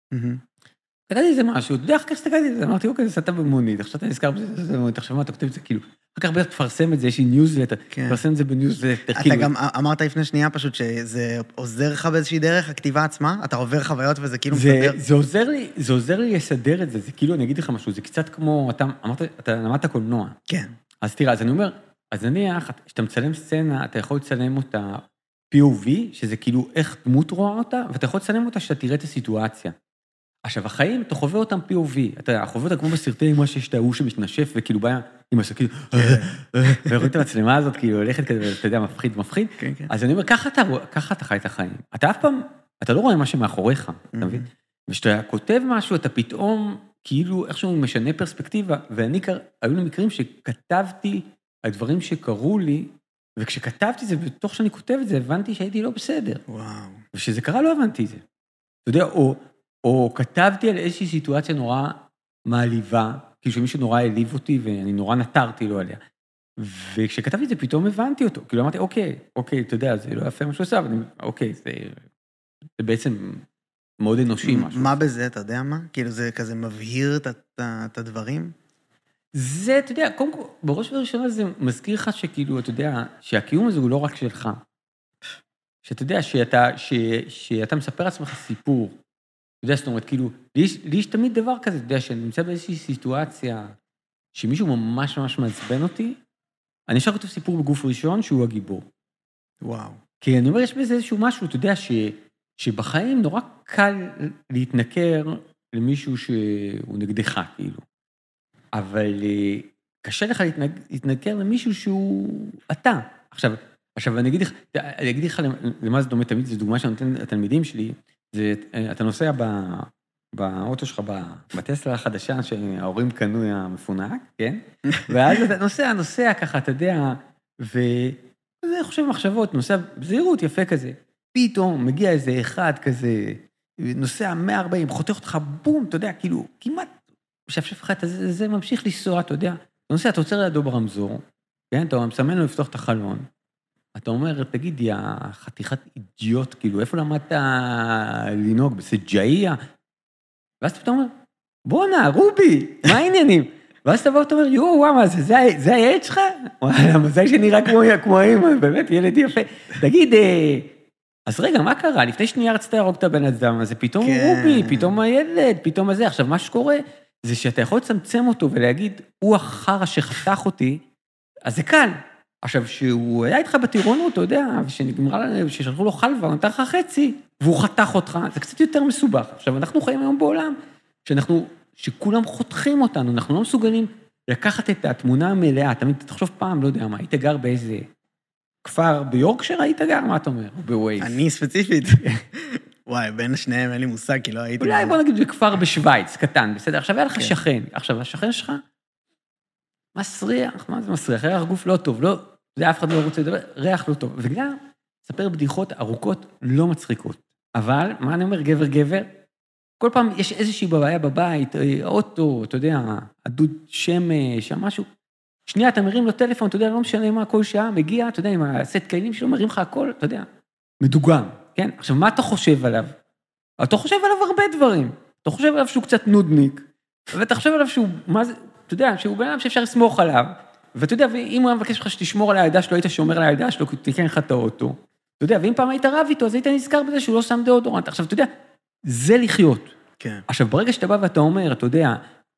[SPEAKER 1] כתבתי איזה משהו, אתה יודע, אחר כך הסתכלתי על זה, אמרתי, אוקיי, זה סתה במונית, עכשיו אתה נזכר בזה, עכשיו מה אתה כותב את זה, כאילו, אחר כך בטח תפרסם את זה, יש לי ניוזלטר, תפרסם את זה בניוזלטר,
[SPEAKER 2] אתה גם אמרת לפני שנייה פשוט שזה עוזר לך באיזושהי דרך, הכתיבה עצמה, אתה עובר חוויות וזה כאילו מסדר.
[SPEAKER 1] זה עוזר לי, זה עוזר לי לסדר את זה, זה כאילו, אני אגיד לך משהו, זה קצת כמו, אתה אמרת, אתה למדת קולנוע.
[SPEAKER 2] כן.
[SPEAKER 1] אז תראה, אז אני אומר, אז נניח, כשאתה מצלם סצנה, אתה יכול לצלם אותה פי או וי, שזה כאילו איך דמות רואה אותה, ואתה יכול לצלם אותה שאתה תראה את הסיטואציה. עכשיו, החיים, אתה חווה אותם פי או וי, אתה חווה אותם כמו בסרטי אימה שיש את ההוא שמשתנשף, וכאילו בא עם הסכין, ורואים את המצלמה הזאת, כאילו הולכת כזה, אתה יודע, מפחיד, מפחיד. אז אני אומר, ככה אתה חי את החיים. אתה אף פעם, אתה לא רואה מה שמאחוריך, אתה מבין? ושאתה כותב משהו, אתה פתאום, כאילו, איכשהו משנה פרספקטיבה, ואני, היו לי מקרים שכתבתי על דברים שקרו לי, וכשכתבתי זה, בתוך שאני כותב את זה, הבנתי שהייתי לא בסדר.
[SPEAKER 2] וואו.
[SPEAKER 1] וכשזה קרה, לא הבנתי את זה. אתה יודע, או, או כתבתי על איזושהי סיטואציה נורא מעליבה, כאילו שמישהו נורא העליב אותי, ואני נורא נטרתי לו עליה. וכשכתבתי את זה, פתאום הבנתי אותו. כאילו אמרתי, אוקיי, אוקיי, אתה יודע, זה לא יפה מה שהוא עושה, אבל אוקיי, זה, זה בעצם מאוד אנושי משהו.
[SPEAKER 2] מה בזה, אתה יודע מה? כאילו זה כזה מבהיר את, את הדברים?
[SPEAKER 1] זה, אתה יודע, קודם כל, בראש ובראשונה זה מזכיר לך שכאילו, אתה יודע, שהקיום הזה הוא לא רק שלך. שאתה יודע, שאתה, ש, שאתה מספר לעצמך סיפור. אתה יודע, זאת אומרת, כאילו, לי, לי יש תמיד דבר כזה, אתה יודע, שאני נמצא באיזושהי סיטואציה, שמישהו ממש ממש מעצבן אותי, אני אפשר כותב סיפור בגוף ראשון שהוא הגיבור.
[SPEAKER 2] וואו.
[SPEAKER 1] כי אני אומר, יש בזה איזשהו משהו, אתה יודע, ש, שבחיים נורא קל להתנכר למישהו שהוא נגדך, כאילו. אבל קשה לך להתנכר למישהו שהוא אתה. עכשיו, עכשיו אני אגיד לך, אני אגיד לך למה זה דומה תמיד, זו דוגמה שאני נותן לתלמידים שלי, זה, אתה נוסע באוטו שלך, בטסלה החדשה שההורים קנו המפונק, כן? ואז אתה נוסע, נוסע ככה, אתה יודע, וזה חושב מחשבות, נוסע בזהירות יפה כזה. פתאום מגיע איזה אחד כזה, נוסע מאה וארבעים, חותך אותך בום, אתה יודע, כאילו, כמעט, משפשף לך, זה, זה ממשיך לנסוע, אתה יודע, אתה נוסע, אתה עוצר לידו ברמזור, כן? אתה מסמן לו לפתוח את החלון, אתה אומר, תגיד, יא חתיכת אידיוט, כאילו, איפה למדת לנהוג? בסג'איה? ואז אתה אומר, בואנה, רובי, מה העניינים? ואז אתה בא ואתה אומר, יואו, וואו, מה זה, זה, זה הילד שלך? וואלה, מזל שנראה כמו, כמו האמא, באמת, ילד יפה. תגיד, אז רגע, מה קרה? לפני שנייה רצית להרוג את הבן אדם, אז זה פתאום כן. רובי, פתאום הילד, פתאום הזה. עכשיו, מה שקורה, זה שאתה יכול לצמצם אותו ולהגיד, הוא החרא שחתך אותי, אז זה קל. עכשיו, שהוא היה איתך בטירונות, אתה יודע, ושנגמרה, ששלחו לו חלבה, הוא נתן לך חצי, והוא חתך אותך, זה קצת יותר מסובך. עכשיו, אנחנו חיים היום בעולם, שאנחנו, שכולם חותכים אותנו, אנחנו לא מסוגלים לקחת את התמונה המלאה, תמיד תחשוב פעם, לא יודע מה, היית גר באיזה כפר ביורקשר, היית גר, מה אתה אומר? בווייז.
[SPEAKER 2] אני ספציפית. וואי, בין השניהם אין לי מושג, כי לא הייתי...
[SPEAKER 1] אולי בוא נגיד בכפר בשוויץ, קטן, בסדר? עכשיו היה לך שכן, עכשיו השכן שלך, מסריח, מה זה מסריח? ריח גוף לא טוב, לא, זה אף אחד לא רוצה לדבר, ריח לא טוב. וגם, ספר בדיחות ארוכות לא מצחיקות. אבל, מה אני אומר, גבר גבר, כל פעם יש איזושהי בעיה בבית, אוטו, אתה יודע, עדוד שמש, משהו, שנייה, אתה מרים לו טלפון, אתה יודע, לא משנה מה, כל שעה מגיע, אתה יודע, עם הסט כלים שלו, מרים לך הכל, אתה יודע, מדוגם, כן? עכשיו, מה אתה חושב עליו? אתה חושב עליו הרבה דברים. אתה חושב עליו שהוא קצת נודניק, ואתה חושב עליו שהוא, מה זה, אתה יודע, שהוא בן אדם שאפשר לסמוך עליו, ואתה יודע, ואם הוא היה מבקש לך שתשמור על הידה שלו, היית שומר על הידה שלו, תיקן לך את האוטו, אתה יודע, ואם פעם היית רב איתו, אז היית נזכר בזה שהוא לא שם דאודורנט. עכשיו, אתה יודע, זה לחיות.
[SPEAKER 2] כן.
[SPEAKER 1] עכשיו, ברגע שאתה בא ואתה אומר, אתה יודע,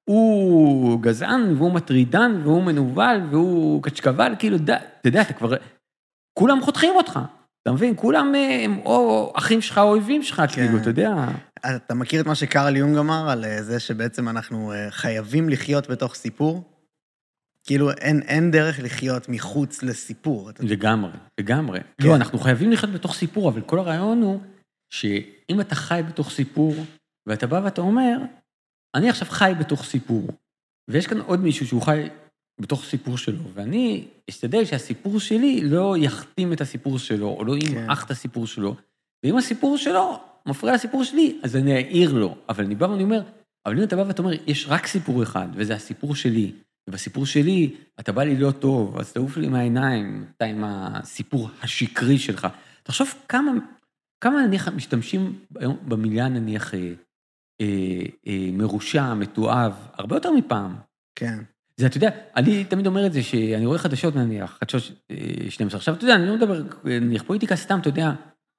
[SPEAKER 1] הוא גזען, והוא מטרידן, והוא מנובל, והוא קצ'קבל, כאילו, אתה יודע, אתה כבר, כולם חותכים אותך, אתה מבין? כולם הם או אחים שלך, או אויבים שלך, כאילו, אתה יודע.
[SPEAKER 2] אתה מכיר את מה שקרל יונג אמר, על זה שבעצם אנחנו חייבים לחיות בתוך סיפור? כאילו, אין, אין דרך לחיות מחוץ לסיפור.
[SPEAKER 1] לגמרי, לגמרי. כן. לא, אנחנו חייבים לחיות בתוך סיפור, אבל כל הרעיון הוא, שאם אתה חי בתוך סיפור, ואתה בא ואתה אומר, אני עכשיו חי בתוך סיפור, ויש כאן עוד מישהו שהוא חי בתוך סיפור שלו, ואני אשתדל שהסיפור שלי לא יחתים את הסיפור שלו, או לא ימעך את הסיפור שלו, ואם הסיפור שלו מפריע לסיפור שלי, אז אני אעיר לו. אבל אני בא ואני אומר, אבל אם אתה בא ואתה אומר, יש רק סיפור אחד, וזה הסיפור שלי, ובסיפור שלי, אתה בא לי לא טוב, אז תעוף לי מהעיניים, אתה עם הסיפור השקרי שלך. תחשוב כמה, כמה נניח משתמשים במילה נניח אה, אה, אה, מרושע, מתואב, הרבה יותר מפעם.
[SPEAKER 2] כן.
[SPEAKER 1] זה, אתה יודע, אני תמיד אומר את זה, שאני רואה חדשות נניח, חדשות שתים עשרה. עכשיו, אתה יודע, אני לא מדבר, נניח פוליטיקה סתם, אתה יודע,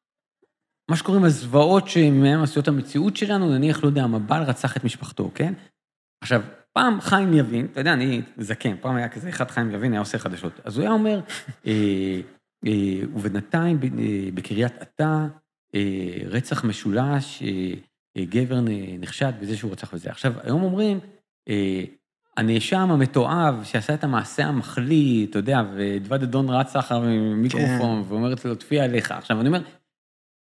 [SPEAKER 1] מה שקוראים הזוועות שמהם עשויות המציאות שלנו, נניח, לא יודע, המבל רצח את משפחתו, כן? עכשיו, פעם חיים יבין, אתה יודע, אני זקן, פעם היה כזה, אחד חיים יבין, היה עושה חדשות. אז הוא היה אומר, אה, אה, ובינתיים בקריית אתא, אה, רצח משולש, אה, גבר נחשד בזה שהוא רצח וזה. עכשיו, היום אומרים, אה, הנאשם המתועב שעשה את המעשה המחליא, אתה יודע, ודבד אדון רץ אחר מיקרופון, כן. ואומרת לו, תפיע עליך. עכשיו, אני אומר,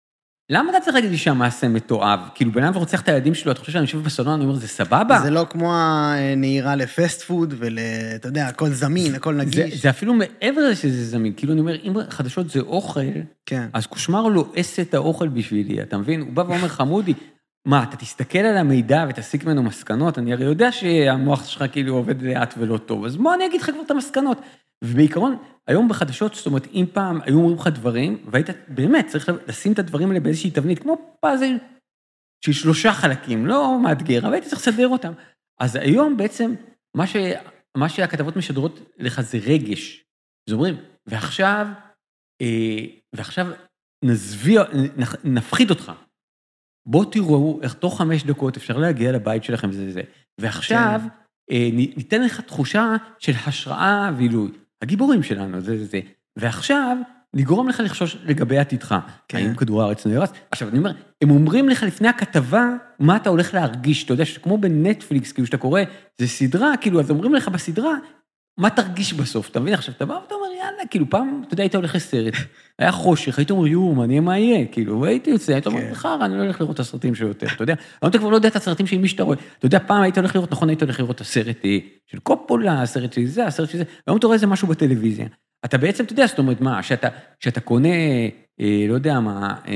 [SPEAKER 1] למה אתה צריך להגיד לי שהמעשה מתועב? כאילו, בן אדם ורוצח את הילדים שלו, אתה חושב שאני יושב בסלון, אני אומר, זה סבבה?
[SPEAKER 2] זה לא כמו הנהירה לפסט פוד, ואתה יודע, הכל זמין, הכל נגיש.
[SPEAKER 1] זה, זה אפילו מעבר לזה שזה זמין. כאילו, אני אומר, אם חדשות זה אוכל,
[SPEAKER 2] כן.
[SPEAKER 1] אז קושמר לו עשה את האוכל בשבילי, אתה מבין? הוא בא ואומר, חמודי, מה, אתה תסתכל על המידע ותסיק ממנו מסקנות, אני הרי יודע שהמוח שלך כאילו עובד לאט ולא טוב, אז בוא אני אגיד לך כבר את המסקנות. ובעיקרון, היום בחדשות, זאת אומרת, אם פעם היו אומרים לך דברים, והיית באמת צריך לשים את הדברים האלה באיזושהי תבנית, כמו פאזל של שלושה חלקים, לא מאתגר, אבל היית צריך לסדר אותם. אז היום בעצם, מה, ש... מה שהכתבות משדרות לך זה רגש. אז אומרים, ועכשיו, אה, ועכשיו נזביא, נפחיד אותך. בואו תראו איך תוך חמש דקות אפשר להגיע לבית שלכם וזה זה. ועכשיו, אה, ניתן לך תחושה של השראה ועילוי. הגיבורים שלנו, זה, זה, זה. ועכשיו, נגרום לך לחשוש לגבי עתידך. כן. האם כדור הארץ נהרס? עכשיו, אני אומר, הם אומרים לך לפני הכתבה, מה אתה הולך להרגיש. אתה יודע, שכמו בנטפליקס, כאילו שאתה קורא, זה סדרה, כאילו, אז אומרים לך בסדרה, מה תרגיש בסוף? אתה מבין? עכשיו, אתה בא ואתה אומר, יאללה, כאילו, פעם, אתה יודע, היית הולך לסרט, היה חושך, היית אומר, יום, מה נהיה, מה יהיה? כאילו, והייתי יוצא, היית אומר, חר, אני לא הולך לראות את הסרטים שיותר, אתה יודע? אבל אתה כבר לא יודע את הסרטים של מי שאתה רואה. אתה יודע, פעם היית הולך לראות, נכון, היית הולך לראות את הסרט של קופולה, הסרט של זה, הסרט של זה, והיום אתה רואה איזה משהו בטלוויזיה. אתה בעצם, אתה יודע, זאת אומרת, מה, שאתה, שאתה קונה, אה, לא יודע מה, אה,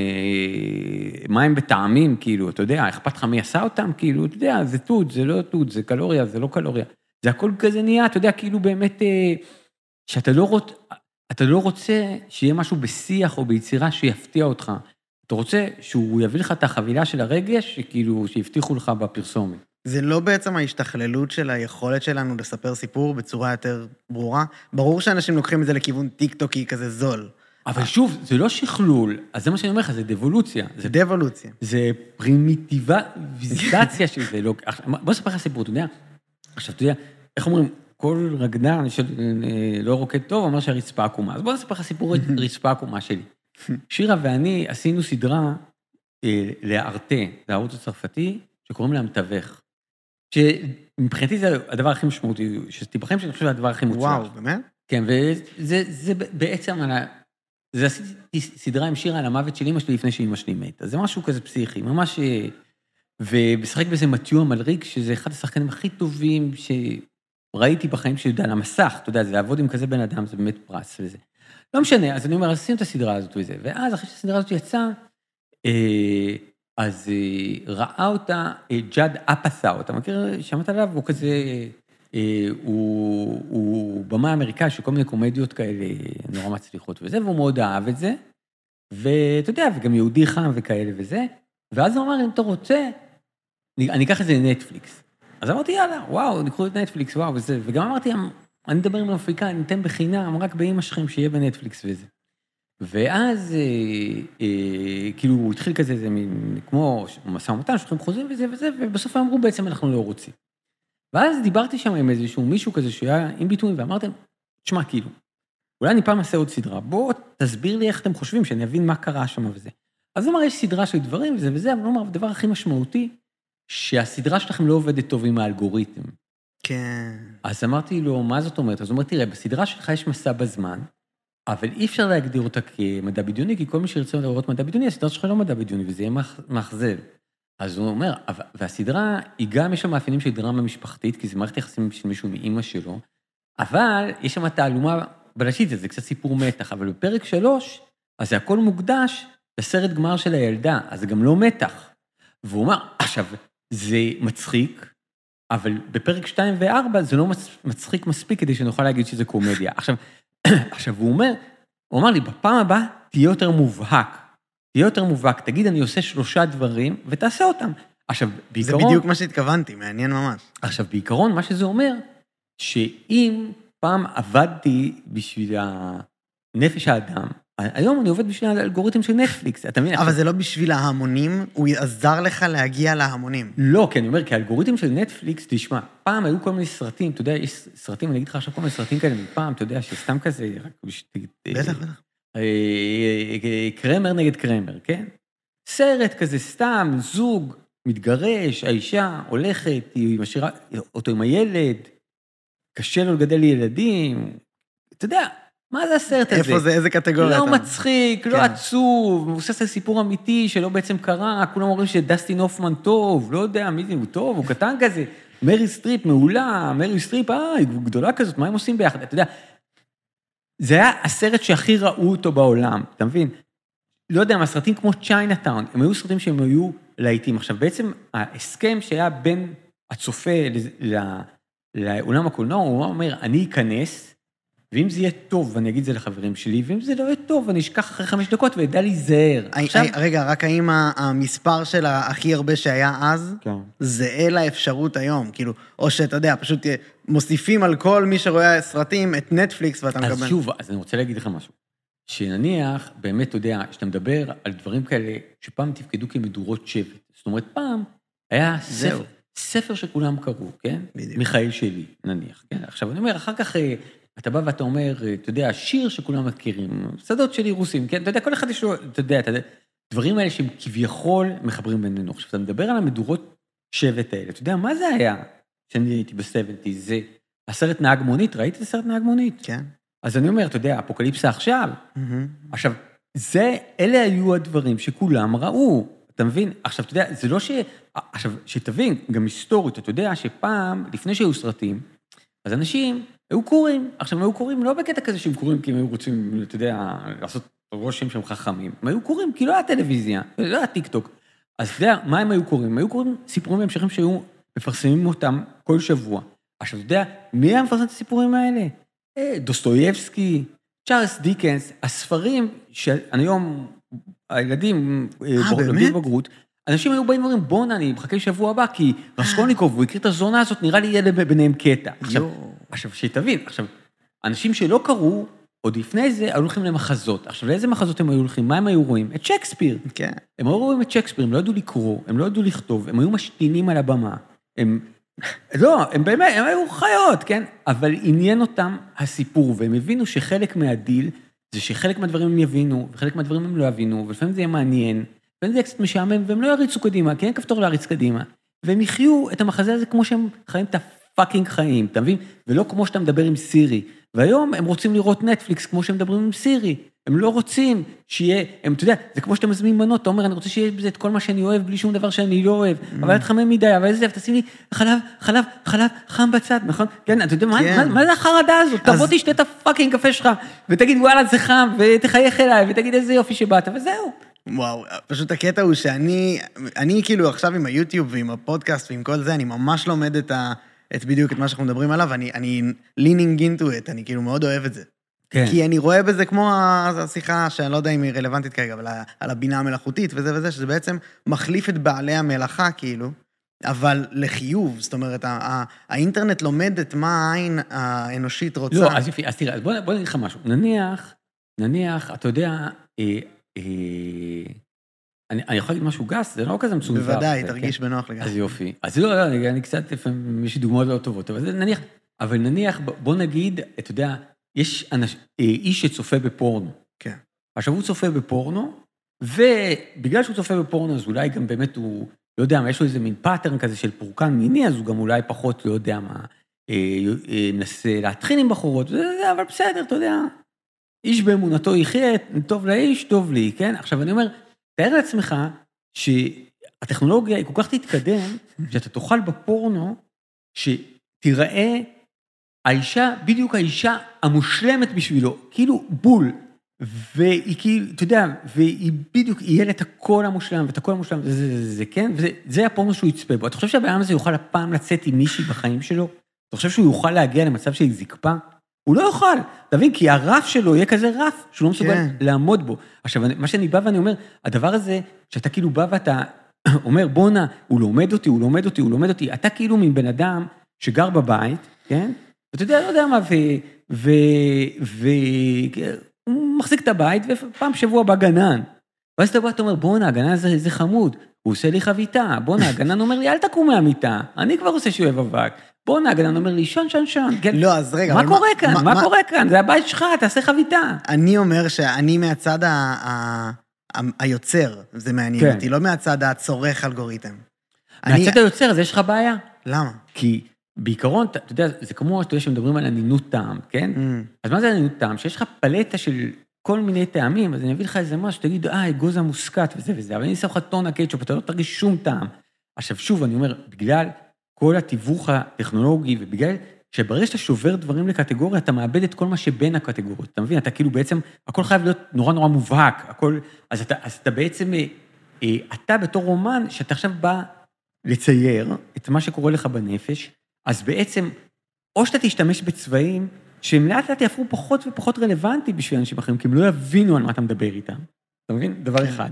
[SPEAKER 1] מים בטעמים, כאילו, אתה יודע, אכפת לך מי עשה אותם, כאילו, אתה יודע, זה תות, זה לא תות, זה קלוריה, זה לא קלוריה. זה הכל כזה נהיה, אתה יודע, כאילו באמת, אה, שאתה לא רוצ, אתה לא רוצה שיהיה משהו בשיח או ביצירה שיפתיע אותך. אתה רוצה שהוא יביא לך את החבילה של הרגש, שכאילו, שיבטיחו לך בפרסומת.
[SPEAKER 2] זה לא בעצם ההשתכללות של היכולת שלנו לספר סיפור בצורה יותר ברורה. ברור שאנשים לוקחים את זה לכיוון טיק-טוקי כזה זול.
[SPEAKER 1] אבל שוב, זה לא שכלול, אז זה מה שאני אומר לך, זה דבולוציה.
[SPEAKER 2] זה דבולוציה.
[SPEAKER 1] זה פרימיטיביזציה של זה. בוא נספר לך סיפור, אתה יודע? עכשיו, אתה יודע, איך אומרים, כל רקדן שלא רוקד טוב, אומר שהרצפה עקומה. אז בוא נספר לך סיפור רצפה עקומה שלי. שירה ואני עשינו סדרה לארטה, לערוץ הצרפתי, שקוראים לה מתווך. שמבחינתי זה הדבר הכי משמעותי, שתיבחם שאני חושב שזה הדבר הכי מוצלח.
[SPEAKER 2] וואו, באמת?
[SPEAKER 1] כן, וזה בעצם על ה... זה עשיתי סדרה עם שירה על המוות של אמא שלי לפני שאמא שלי מתה. זה משהו כזה פסיכי, ממש... ובשחק בזה מתיו המלריק, שזה אחד השחקנים הכי טובים שראיתי בחיים שלי, על המסך, אתה יודע, זה לעבוד עם כזה בן אדם, זה באמת פרס וזה. לא משנה, אז אני אומר, אז עשינו את הסדרה הזאת וזה, ואז אחרי שהסדרה הזאת יצאה, אז ראה אותה ג'אד אפסאו, אתה מכיר, שמעת עליו? הוא כזה, הוא, הוא במה אמריקאי של כל מיני קומדיות כאלה נורא מצליחות וזה, והוא מאוד אהב את זה, ואתה יודע, וגם יהודי חם וכאלה וזה, ואז הוא אמר, אם אתה רוצה, אני אקח את זה לנטפליקס. אז אמרתי, יאללה, וואו, נקחו את נטפליקס, וואו, וזה, וגם אמרתי, אני אדבר עם המפיקה, אני אתן בחינם, רק באמא שלכם שיהיה בנטפליקס וזה. ואז, אה, אה, כאילו, הוא התחיל כזה, זה מין, כמו מסע ומתן, שולחים חוזים וזה וזה, ובסוף אמרו, בעצם אנחנו לא רוצים. ואז דיברתי שם עם איזשהו מישהו כזה, שהיה עם ביטויים, ואמרתם, תשמע, כאילו, אולי אני פעם אעשה עוד סדרה, בוא תסביר לי איך אתם חושבים, שאני אבין מה קרה שם וזה. אז הוא אמר, יש סדרה של דברים וזה וזה, אבל הוא אמר, הדבר הכי משמעותי, שהסדרה שלכם לא עובדת טוב עם האלגוריתם.
[SPEAKER 2] כן.
[SPEAKER 1] אז אמרתי לו, מה זאת אומרת? אז הוא אומר, תראה, בסדרה שלך יש מסע בזמן, אבל אי אפשר להגדיר אותה כמדע בדיוני, כי כל מי שירצה לראות מדע בדיוני, הסדרה שלך לא מדע בדיוני, וזה יהיה מאכזב. אז הוא אומר, והסדרה, היא גם יש לה מאפיינים של דרמה משפחתית, כי זה מערכת יחסים של מישהו מאמא שלו, אבל יש שם תעלומה בלשית, זה קצת סיפור מתח, אבל בפרק שלוש, אז זה הכל מוקדש לסרט גמר של הילדה, אז זה גם לא מתח. והוא אומר, עכשיו, זה מצחיק, אבל בפרק שתיים וארבע זה לא מצחיק מספיק כדי שנוכל להגיד שזה קומדיה. עכשיו, עכשיו הוא אומר, הוא אמר לי, בפעם הבאה תהיה יותר מובהק, תהיה יותר מובהק, תגיד, אני עושה שלושה דברים ותעשה אותם. עכשיו, בעיקרון...
[SPEAKER 2] זה בדיוק מה שהתכוונתי, מעניין ממש.
[SPEAKER 1] עכשיו, בעיקרון, מה שזה אומר, שאם פעם עבדתי בשביל נפש האדם, היום אני עובד בשביל האלגוריתם של נטפליקס, אתה מבין?
[SPEAKER 2] אבל זה לא בשביל ההמונים, הוא עזר לך להגיע להמונים.
[SPEAKER 1] לא, כי אני אומר, כי האלגוריתם של נטפליקס, תשמע, פעם היו כל מיני סרטים, אתה יודע, יש סרטים, אני אגיד לך עכשיו כל מיני סרטים כאלה מפעם, אתה יודע, שסתם כזה,
[SPEAKER 2] בטח, בטח.
[SPEAKER 1] קרמר נגד קרמר, כן? סרט כזה סתם, זוג, מתגרש, האישה הולכת, היא משאירה אותו עם הילד, קשה לו לגדל ילדים, אתה יודע, מה זה הסרט הזה?
[SPEAKER 2] איפה זה, איזה קטגוריה?
[SPEAKER 1] לא מצחיק, לא
[SPEAKER 2] כן.
[SPEAKER 1] עצוב, מבוסס על סיפור אמיתי שלא בעצם קרה, כולם אומרים שדסטין הופמן טוב, לא יודע מי זה, הוא טוב, הוא קטן כזה, מרי סטריפ מעולה, מרי סטריפ, אה, היא גדולה כזאת, מה הם עושים ביחד? אתה יודע, זה היה הסרט שהכי ראו אותו בעולם, אתה מבין? לא יודע, הסרטים כמו צ'יינאטאון, הם היו סרטים שהם היו להיטים. עכשיו, בעצם ההסכם שהיה בין הצופה לעולם הקולנוע, הוא אומר, אני אכנס, ואם זה יהיה טוב, ואני אגיד את זה לחברים שלי, ואם זה לא יהיה טוב, אני אשכח אחרי חמש דקות, וידע להיזהר.
[SPEAKER 2] עכשיו... רגע, רק האם המספר של הכי הרבה שהיה אז, כן. זהה לאפשרות היום, כאילו, או שאתה יודע, פשוט מוסיפים על כל מי שרואה סרטים את נטפליקס, ואתה מקבל...
[SPEAKER 1] אז שוב, אז אני רוצה להגיד לך משהו. שנניח, באמת, אתה יודע, שאתה מדבר על דברים כאלה, שפעם תפקדו כמדורות שבט. זאת אומרת, פעם היה ספר, ספר שכולם קראו, כן? בדיוק. מיכאל שלי, נניח, כן? עכשיו, אני אומר, אחר כך... אתה בא ואתה אומר, אתה יודע, שיר שכולם מכירים, שדות שלי רוסים, כן? אתה יודע, כל אחד יש לו, אתה יודע, אתה יודע, דברים האלה שהם כביכול מחברים בינינו. עכשיו, אתה מדבר על המדורות שבט האלה, אתה יודע, מה זה היה כשאני הייתי ב-שבעים? זה הסרט נהג מונית, ראית את הסרט נהג מונית?
[SPEAKER 2] כן.
[SPEAKER 1] אז אני אומר, אתה יודע, אפוקליפסה עכשיו. עכשיו, זה, אלה היו הדברים שכולם ראו, אתה מבין? עכשיו, אתה יודע, זה לא ש... עכשיו, שתבין, גם היסטורית, אתה יודע שפעם, לפני שהיו סרטים, אז אנשים היו קוראים, עכשיו הם היו קוראים לא בקטע כזה שהם קוראים כי הם היו רוצים, אתה יודע, לעשות רושם שהם חכמים, הם היו קוראים כי לא היה טלוויזיה, לא היה טיק טוק, אז אתה יודע, מה הם היו קוראים? הם היו קוראים סיפורים בהמשכים שהיו מפרסמים אותם כל שבוע. עכשיו, אתה יודע, מי היה מפרסם את הסיפורים האלה? דוסטויבסקי, צ'ארלס דיקנס, הספרים שהיום הילדים לומדים בגרות, אנשים היו באים ואומרים, בוא נע, אני מחכה שבוע הבא, כי רסקולניקוב, הוא הכיר את הזונה הזאת, נראה לי יהיה ביניהם קטע. עכשיו, עכשיו, שתבין, עכשיו, אנשים שלא קראו, עוד לפני זה, היו הולכים למחזות. עכשיו, לאיזה מחזות הם היו הולכים? מה הם היו רואים? את שייקספיר.
[SPEAKER 2] כן.
[SPEAKER 1] הם היו רואים את שייקספיר, הם לא ידעו לקרוא, הם לא ידעו לכתוב, הם היו משתינים על הבמה. הם, לא, הם באמת, הם היו חיות, כן? אבל עניין אותם הסיפור, והם הבינו שחלק מהדיל, זה שחלק מהדברים הם יבינו, וחלק מהדברים הם לא יבינו, ולפעמים זה יהיה מעניין, ולפעמים זה יהיה קצת משעמם, והם לא יריצו קדימה, כי אין כפתור להריץ קדימה. והם יחיו את המחזה הזה כמו שהם חיים את הפאקינג חיים, אתה מבין? ולא כמו שאתה מדבר עם סירי. והיום הם רוצים לראות נטפליקס כמו שהם מדברים עם סירי. הם לא רוצים שיהיה, הם, אתה יודע, זה כמו שאתה מזמין מנות, אתה אומר, אני רוצה שיהיה בזה את כל מה שאני אוהב, בלי שום דבר שאני לא אוהב, אבל אל תחמם מדי, אבל איזה, תשים לי חלב, חלב, חלב, חם בצד, נכון? כן, אתה יודע, מה, מה זה החרדה הזאת? תבוא תשתה את הפאקינג קפה שלך, ותגיד, וואלה, זה חם, ותחייך אליי, ותגיד איזה יופי שבאת, וזהו.
[SPEAKER 2] וואו, פשוט הקטע הוא שאני, אני כאילו עכשיו עם היוטיוב ועם הפודקאסט ועם כל זה, אני ממש לומד את ה... את בדיוק את מה שאנחנו מדברים עליו, אני, אני leaning into it, אני כאילו מאוד אוהב את זה. כן. כי אני רואה בזה כמו השיחה, שאני לא יודע אם היא רלוונטית כרגע, אבל על הבינה המלאכותית וזה וזה, שזה בעצם מחליף את בעלי המלאכה, כאילו, אבל לחיוב, זאת אומרת, האינטרנט לומד את מה העין האנושית רוצה.
[SPEAKER 1] לא, אז יפי, אז תראה, בוא, בוא נגיד לך משהו. נניח, נניח, אתה יודע, אה, אה, אני, אני יכול להגיד משהו גס, זה לא כזה מצונזר.
[SPEAKER 2] בוודאי, תרגיש כן? בנוח לגמרי.
[SPEAKER 1] אז יופי. אז לא, לא, אני, אני קצת, לפעמים, יש לי דוגמאות לא טובות, אבל נניח, אבל נניח, בוא נגיד, אתה יודע, יש אנש, איש שצופה בפורנו.
[SPEAKER 2] כן.
[SPEAKER 1] עכשיו הוא צופה בפורנו, ובגלל שהוא צופה בפורנו, אז אולי גם באמת הוא, לא יודע מה, יש לו איזה מין פאטרן כזה של פורקן מיני, אז הוא גם אולי פחות, לא יודע מה, מנסה להתחיל עם בחורות, אבל בסדר, אתה יודע, איש באמונתו יחיה, טוב לאיש, טוב לי, כן? עכשיו אני אומר, תאר לעצמך שהטכנולוגיה היא כל כך תתקדם, שאתה תאכל בפורנו, שתיראה האישה, בדיוק האישה המושלמת בשבילו, כאילו בול, והיא כאילו, אתה יודע, והיא בדיוק, יהיה לה את הכל המושלם, ואת הכל המושלם, זה, זה, זה, זה, כן? וזה הפורנו שהוא יצפה בו. אתה חושב שהבעיה הזה יוכל הפעם לצאת עם מישהי בחיים שלו? אתה חושב שהוא יוכל להגיע למצב של זקפה? הוא לא יוכל, תבין, כי הרף שלו יהיה כזה רף, שהוא לא מסוגל כן. לעמוד בו. עכשיו, מה שאני בא ואני אומר, הדבר הזה, שאתה כאילו בא ואתה אומר, בונה, הוא לומד אותי, הוא לומד אותי, הוא לומד אותי, אתה כאילו מבן אדם שגר בבית, כן? ואתה יודע, לא יודע מה, והוא מחזיק את הבית, ופעם שבוע בא גנן. ואז אתה בא, אתה אומר, בונה, הגנן הזה זה חמוד, הוא עושה לי חביתה, בונה, הגנן אומר לי, אל תקום מהמיטה, אני כבר עושה שהוא אוהב אבק. בוא נגן, אומר לי, שון, שון, שון.
[SPEAKER 2] לא, אז רגע.
[SPEAKER 1] מה קורה כאן? מה קורה כאן? זה הבית שלך, תעשה חביתה.
[SPEAKER 2] אני אומר שאני מהצד היוצר, זה מעניין אותי, לא מהצד הצורך אלגוריתם.
[SPEAKER 1] מהצד היוצר, אז יש לך בעיה.
[SPEAKER 2] למה?
[SPEAKER 1] כי בעיקרון, אתה יודע, זה כמו, אתה יודע, שמדברים על ענינות טעם, כן? אז מה זה ענינות טעם? שיש לך פלטה של כל מיני טעמים, אז אני אביא לך איזה משהו, תגיד, אה, אגוז המוסקט וזה וזה, אבל אני אעשה לך טונה קטשופ, אתה לא תרגיש שום טעם. עכשיו, שוב, אני אומר, בגלל כל התיווך הטכנולוגי, ובגלל שברגע שאתה שובר דברים לקטגוריה, אתה מאבד את כל מה שבין הקטגוריות, אתה מבין? אתה כאילו בעצם, הכל חייב להיות נורא נורא מובהק, הכל, אז אתה, אז אתה בעצם, אה, אתה בתור רומן, שאתה עכשיו בא לצייר את מה שקורה לך בנפש, אז בעצם, או שאתה תשתמש בצבעים, שהם לאט לאט יהפכו פחות ופחות רלוונטי בשביל אנשים אחרים, כי הם לא יבינו על מה אתה מדבר איתם. אתה מבין? דבר אחד.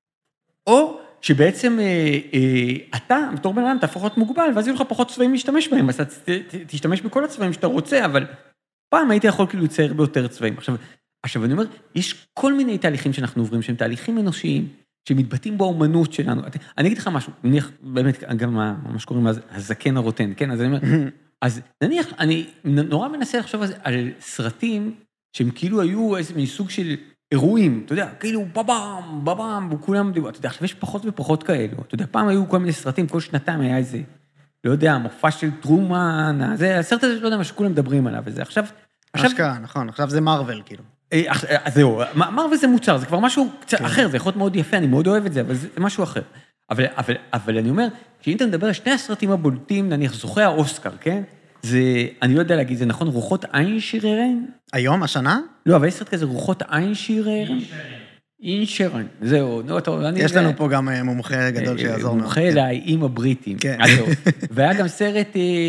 [SPEAKER 1] או שבעצם אה, אה, אתה, בתור בן אדם, תהפוך להיות מוגבל, ואז יהיו לך פחות צבעים להשתמש בהם, אז ת, ת, תשתמש בכל הצבעים שאתה רוצה, אבל פעם הייתי יכול כאילו לצייר ביותר צבעים. עכשיו, עכשיו אני אומר, יש כל מיני תהליכים שאנחנו עוברים, שהם תהליכים אנושיים, שמתבטאים באומנות שלנו. אני אגיד לך משהו, נניח, באמת, גם מה שקוראים הזקן הרוטן, כן? אז אני אומר, אז נניח, אני נורא מנסה לחשוב על סרטים, שהם כאילו היו איזה מסוג של אירועים, אתה יודע, כאילו בבאם, בבאם, וכולם, אתה יודע, עכשיו יש פחות ופחות כאלו, אתה יודע, פעם היו כל מיני סרטים, כל שנתיים היה איזה, לא יודע, מופע של טרומן, זה, הסרט הזה, לא יודע מה שכולם מדברים עליו, וזה עכשיו...
[SPEAKER 2] אשכרה, נכון, עכשיו זה מרוול, כאילו.
[SPEAKER 1] אז זהו, מרוול זה מוצר, זה כבר משהו קצת אחר, זה יכול להיות מאוד יפה, אני מאוד אוהב את זה, אבל זה משהו אחר. אבל, אבל, אבל אני אומר, שאם אתה מדבר על שני הסרטים הבולטים, נניח זוכה האוסקר, כן? זה, אני לא יודע להגיד, זה נכון, רוחות איינשיררן?
[SPEAKER 2] היום, השנה?
[SPEAKER 1] לא, אבל יש סרט כזה, רוחות איינשיררן? איינשיררן, זהו.
[SPEAKER 2] יש לנו פה גם מומחה גדול שיעזור.
[SPEAKER 1] מומחה לאיים הבריטים. כן. והיה גם סרט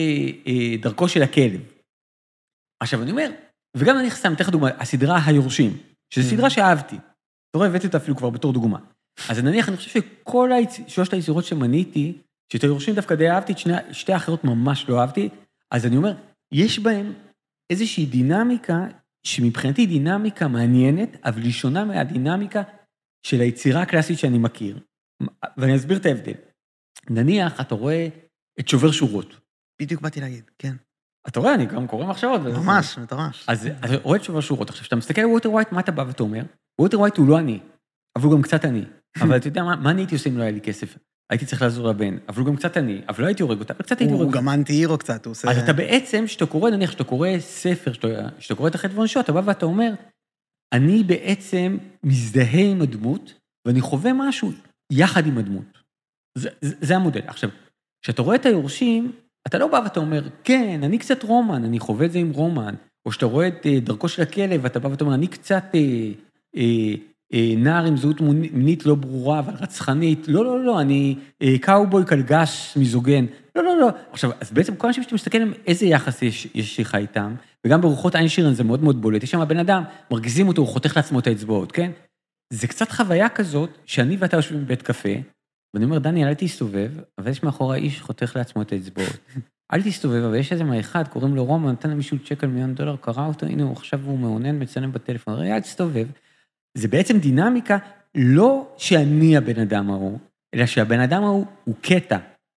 [SPEAKER 1] דרכו של הכלב. עכשיו, אני אומר, וגם אני סתם, אתן לך דוגמה, הסדרה היורשים, שזו סדרה שאהבתי. אתה רואה, הבאתי אותה אפילו כבר בתור דוגמה. אז נניח, אני חושב שכל שלושת היצירות שמניתי, שאת היורשים דווקא די אהבתי, שתי האחרות ממש לא אהבתי, אז אני אומר, יש בהם איזושהי דינמיקה, שמבחינתי דינמיקה מעניינת, אבל היא שונה מהדינמיקה של היצירה הקלאסית שאני מכיר. ואני אסביר את ההבדל. נניח, אתה רואה את שובר שורות.
[SPEAKER 2] בדיוק באתי להגיד, כן.
[SPEAKER 1] אתה רואה, אני גם קורא מחשבות.
[SPEAKER 2] ממש, ממש.
[SPEAKER 1] אז אתה רואה את שובר שורות. עכשיו, כשאתה מסתכל על ווטר ווייט, מה אתה בא ואתה אומר? ווטר ווייט הוא לא אני, אבל הוא גם קצת אני. אבל אתה יודע, מה אני הייתי עושה אם לא היה לי כסף? הייתי צריך לעזור לבן, אבל הוא גם קצת אני, אבל לא הייתי הורג אותה, אבל קצת הייתי הורג אותה.
[SPEAKER 2] הוא גם אנטי הירו קצת, הוא עושה...
[SPEAKER 1] אז אתה בעצם, שאתה קורא, נניח, שאתה קורא ספר, שאתה קורא את החטא ועונשו, אתה בא ואתה אומר, אני בעצם מזדהה עם הדמות, ואני חווה משהו יחד עם הדמות. זה, זה, זה המודל. עכשיו, כשאתה רואה את היורשים, אתה לא בא ואתה אומר, כן, אני קצת רומן, אני חווה את זה עם רומן, או שאתה רואה את דרכו של הכלב, ואתה בא ואתה אומר, אני קצת... אה, אה, נער עם זהות מינית לא ברורה, אבל רצחנית, לא, לא, לא, אני קאובוי קלגש מיזוגן, לא, לא, לא. עכשיו, אז בעצם כל אנשים שאתה מסתכל עליהם, איזה יחס יש, יש לך איתם, וגם ברוחות איינשירן זה מאוד מאוד בולט, יש שם הבן אדם, מרגיזים אותו, הוא חותך לעצמו את האצבעות, כן? זה קצת חוויה כזאת, שאני ואתה יושבים בבית קפה, ואני אומר, דני, אל תסתובב, אבל יש מאחורי איש חותך לעצמו את האצבעות. אל תסתובב, אבל יש איזה מהאחד, קוראים לו רומן, נתן למישהו צ'ק על מיליון דולר, קרא אותו, הנה, הוא עכשיו הוא מעונן, מצלם בטלפון, אל תסתובב. זה בעצם דינמיקה, לא שאני הבן אדם ההוא, אלא שהבן אדם ההוא הוא קטע.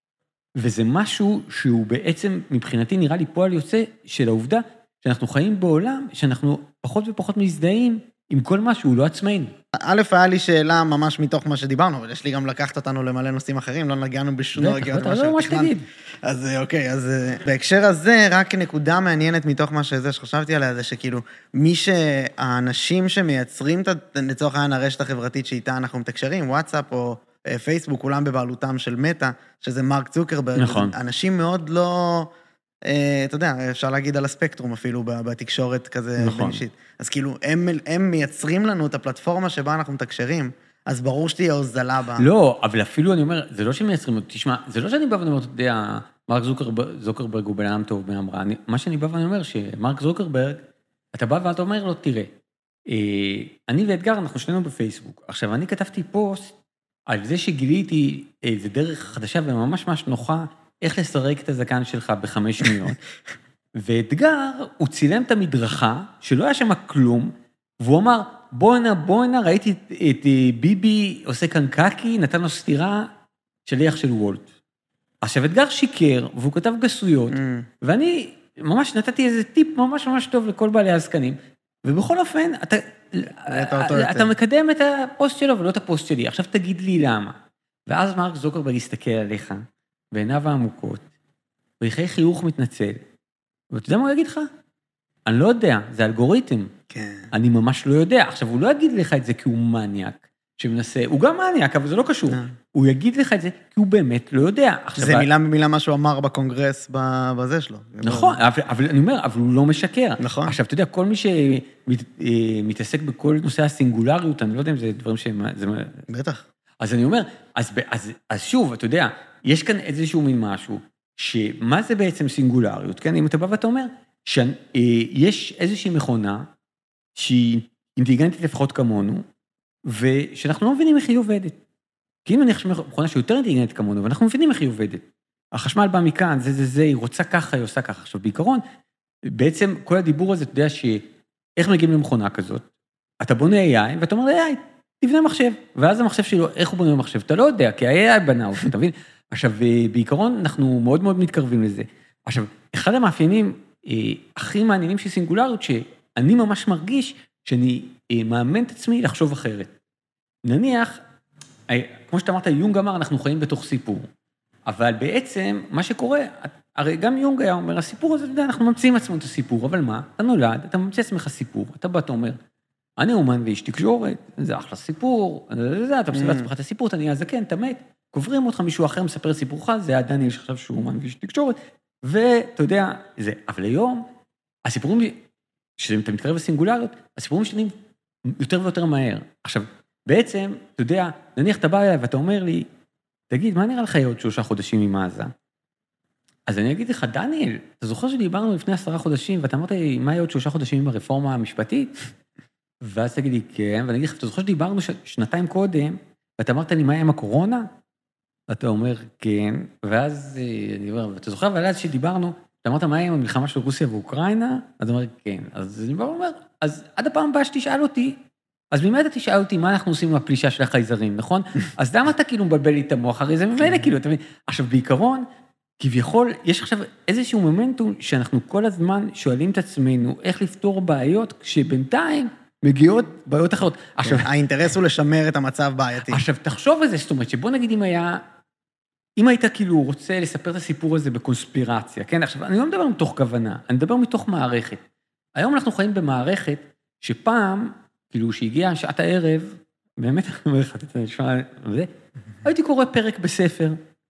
[SPEAKER 1] וזה משהו שהוא בעצם, מבחינתי נראה לי פועל יוצא של העובדה, שאנחנו חיים בעולם, שאנחנו פחות ופחות מזדהים עם כל משהו, לא עצמנו.
[SPEAKER 2] א', היה לי שאלה ממש מתוך מה שדיברנו, אבל יש לי גם לקחת אותנו למלא נושאים אחרים, לא נגענו בשום נוגע.
[SPEAKER 1] אתה לא ממש תגיד.
[SPEAKER 2] אז אוקיי, אז בהקשר הזה, רק נקודה מעניינת מתוך מה שזה שחשבתי עליה, זה שכאילו, מי שהאנשים שמייצרים את, לצורך העניין הרשת החברתית שאיתה אנחנו מתקשרים, וואטסאפ או פייסבוק, כולם בבעלותם של מטא, שזה מרק צוקרברג.
[SPEAKER 1] נכון.
[SPEAKER 2] אנשים מאוד לא... אתה יודע, אפשר להגיד על הספקטרום אפילו בתקשורת כזה בנשית. אז כאילו, הם, הם מייצרים לנו את הפלטפורמה שבה אנחנו מתקשרים, אז ברור שתהיה הוזלה בה.
[SPEAKER 1] לא, אבל אפילו אני אומר, זה לא שהם מייצרים, תשמע, זה לא שאני בא ואני אומר, אתה יודע, מרק זוקרברג הוא בן אדם טוב, בן אמרה, מה שאני בא ואני אומר, שמרק זוקרברג, אתה בא ואתה אומר לו, תראה, אני ואתגר, אנחנו שנינו בפייסבוק. עכשיו, אני כתבתי פוסט על זה שגיליתי איזה דרך חדשה וממש ממש נוחה, איך לסרק את הזקן שלך בחמש שניות. ואתגר, הוא צילם את המדרכה, שלא היה שם כלום, והוא אמר, בואנה, בואנה, ראיתי את, את ביבי עושה כאן קקי, נתן לו סתירה, שליח של וולט. עכשיו, אתגר שיקר, והוא כתב גסויות, mm. ואני ממש נתתי איזה טיפ ממש ממש טוב לכל בעלי הזקנים, ובכל אופן, אתה, אתה, אתה מקדם את הפוסט שלו, ולא את הפוסט שלי. עכשיו תגיד לי למה. ואז מרק זוקרברג יסתכל עליך, בעיניו העמוקות, ויחי חיוך מתנצל. ואתה יודע מה הוא יגיד לך? אני לא יודע, זה אלגוריתם.
[SPEAKER 2] כן.
[SPEAKER 1] אני ממש לא יודע. עכשיו, הוא לא יגיד לך את זה כי הוא מניאק, שמנסה, הוא גם מניאק, אבל זה לא קשור. הוא יגיד לך את זה כי הוא באמת לא יודע.
[SPEAKER 2] זה מילה במילה מה שהוא אמר בקונגרס בזה שלו.
[SPEAKER 1] נכון, אבל אני אומר, אבל הוא לא משקר.
[SPEAKER 2] נכון.
[SPEAKER 1] עכשיו, אתה יודע, כל מי שמתעסק בכל נושא הסינגולריות, אני לא יודע אם זה דברים שהם...
[SPEAKER 2] בטח.
[SPEAKER 1] אז אני אומר, אז שוב, אתה יודע, יש כאן איזשהו מין משהו, שמה זה בעצם סינגולריות, כן? אם אתה בא ואתה אומר, שיש איזושהי מכונה, שהיא אינטליגנטית לפחות כמונו, ושאנחנו לא מבינים איך היא עובדת. כי אם אני חושב מכונה שיותר אינטליגנטית כמונו, ואנחנו מבינים איך היא עובדת. החשמל בא מכאן, זה, זה, זה, היא רוצה ככה, היא עושה ככה. עכשיו, בעיקרון, בעצם כל הדיבור הזה, אתה יודע שאיך מגיעים למכונה כזאת? אתה בונה איי איי, ואתה אומר ל-איי איי, תבנה מחשב. ואז המחשב שלו, איך הוא בונה מחשב? אתה לא יודע, כי ה-איי איי בנה אותו, אתה מבין? עכשיו, בעיקרון, אנחנו מאוד מאוד מתקרבים לזה. עכשיו, אחד המאפיינים אה, הכי מעניינים של סינגולריות, שאני ממש מרגיש שאני אה, מאמן את עצמי לחשוב אחרת. נניח, אה, כמו שאתה אמרת, יונג אמר, אנחנו חיים בתוך סיפור. אבל בעצם, מה שקורה, הרי גם יונג היה אומר, הסיפור הזה, אתה יודע, אנחנו ממציאים עצמנו את הסיפור, אבל מה? אתה נולד, אתה ממציא עצמך סיפור, אתה בא, אתה אומר, אני אומן ואיש תקשורת, זה אחלה סיפור, זה, אתה מספר לעצמך את הסיפור, אתה נהיה זקן, אתה מת, קוברים אותך, מישהו אחר מספר סיפורך, זה היה דניאל שחשב שהוא אומן ואיש תקשורת, ואתה יודע, זה, אבל היום, הסיפורים, כשאתה מתקרב לסינגולריות, הסיפורים משתנים יותר ויותר מהר. עכשיו, בעצם, אתה יודע, נניח אתה בא אליי ואתה אומר לי, תגיד, מה נראה לך עוד שלושה חודשים עם עזה? אז אני אגיד לך, דניאל, אתה זוכר שדיברנו לפני עשרה חודשים, ואתה אמרת לי, מה עוד שלושה חודשים עם הרפורמה המשפטית? ואז תגיד לי, כן, ואני אגיד לך, אתה זוכר שדיברנו שנתיים קודם, ואתה אמרת לי, מה עם הקורונה? ואתה אומר, כן, ואז אני אומר, ואתה זוכר, אבל אז שדיברנו, אתה אמרת, מה עם המלחמה של רוסיה ואוקראינה? אז אני אומר, כן, אז אני אומר, אז עד הפעם הבאה שתשאל אותי, אז באמת אתה תשאל אותי, מה אנחנו עושים עם הפלישה של החייזרים, נכון? אז למה אתה כאילו מבלבל לי את המוח? הרי זה ממילא כאילו, אתה מבין? עכשיו, בעיקרון, כביכול, יש עכשיו איזשהו מומנטום שאנחנו כל הזמן שואלים את עצמנו איך לפתור בעיות, כשבינתיים מגיעות בעיות אחרות. עכשיו,
[SPEAKER 2] האינטרס הוא לשמר את המצב בעייתי.
[SPEAKER 1] עכשיו, תחשוב על זה, זאת אומרת, שבוא נגיד אם היה, אם היית כאילו רוצה לספר את הסיפור הזה בקונספירציה, כן? עכשיו, אני לא מדבר מתוך כוונה, אני מדבר מתוך מערכת. היום אנחנו חיים במערכת שפעם, כאילו, שהגיעה שעת הערב, באמת, אני אומר לך, אתה נשמע, וזה, הייתי קורא פרק בספר,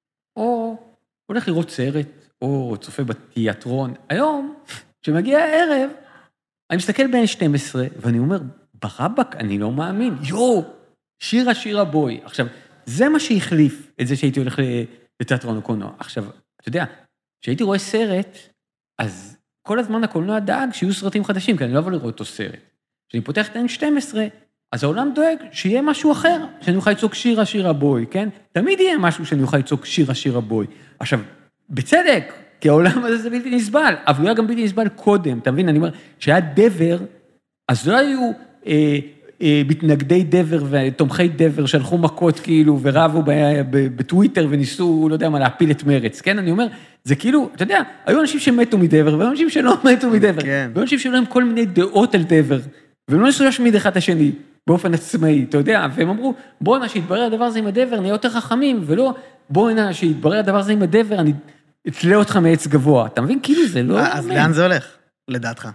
[SPEAKER 1] או הולך לראות סרט, או צופה בתיאטרון. היום, כשמגיע הערב, אני מסתכל בין שתים עשרה, ואני אומר, ברבק, אני לא מאמין, יו, שירה, שירה בוי. עכשיו, זה מה שהחליף את זה שהייתי הולך לתיאטרון או קולנוע. עכשיו, אתה יודע, כשהייתי רואה סרט, אז כל הזמן הקולנוע דאג שיהיו סרטים חדשים, כי אני לא אבוא לראות אותו סרט. כשאני פותח את ה-אן שתים עשרה, אז העולם דואג שיהיה משהו אחר, שאני אוכל לצעוק שירה, שירה בוי, כן? תמיד יהיה משהו שאני אוכל לצעוק שירה, שירה בוי. עכשיו, בצדק, כי העולם הזה זה בלתי נסבל, אבל הוא היה גם בלתי נסבל קודם, אתה מבין? אני אומר, שהיה דבר, אז לא היו אה, אה, מתנגדי דבר ותומכי דבר, שהלכו מכות כאילו, ורבו בטוויטר וניסו, לא יודע מה, להפיל את מרץ, כן? אני אומר, זה כאילו, אתה יודע, היו אנשים שמתו מדבר, והיו אנשים שלא מתו מדבר,
[SPEAKER 2] כן.
[SPEAKER 1] והיו אנשים שהיו להם כל מיני דעות על דבר, והם לא ניסו להשמיד אחד השני, באופן עצמאי, אתה יודע, והם אמרו, בואו נא שיתברר הדבר הזה עם הדבר, נהיה יותר חכמים, ולא, בואו נא שיתברר הדבר הזה עם הדבר, אני אתלה אותך מעץ גבוה, אתה מבין? כאילו זה לא...
[SPEAKER 2] אז לאן זה הולך, לדעתך?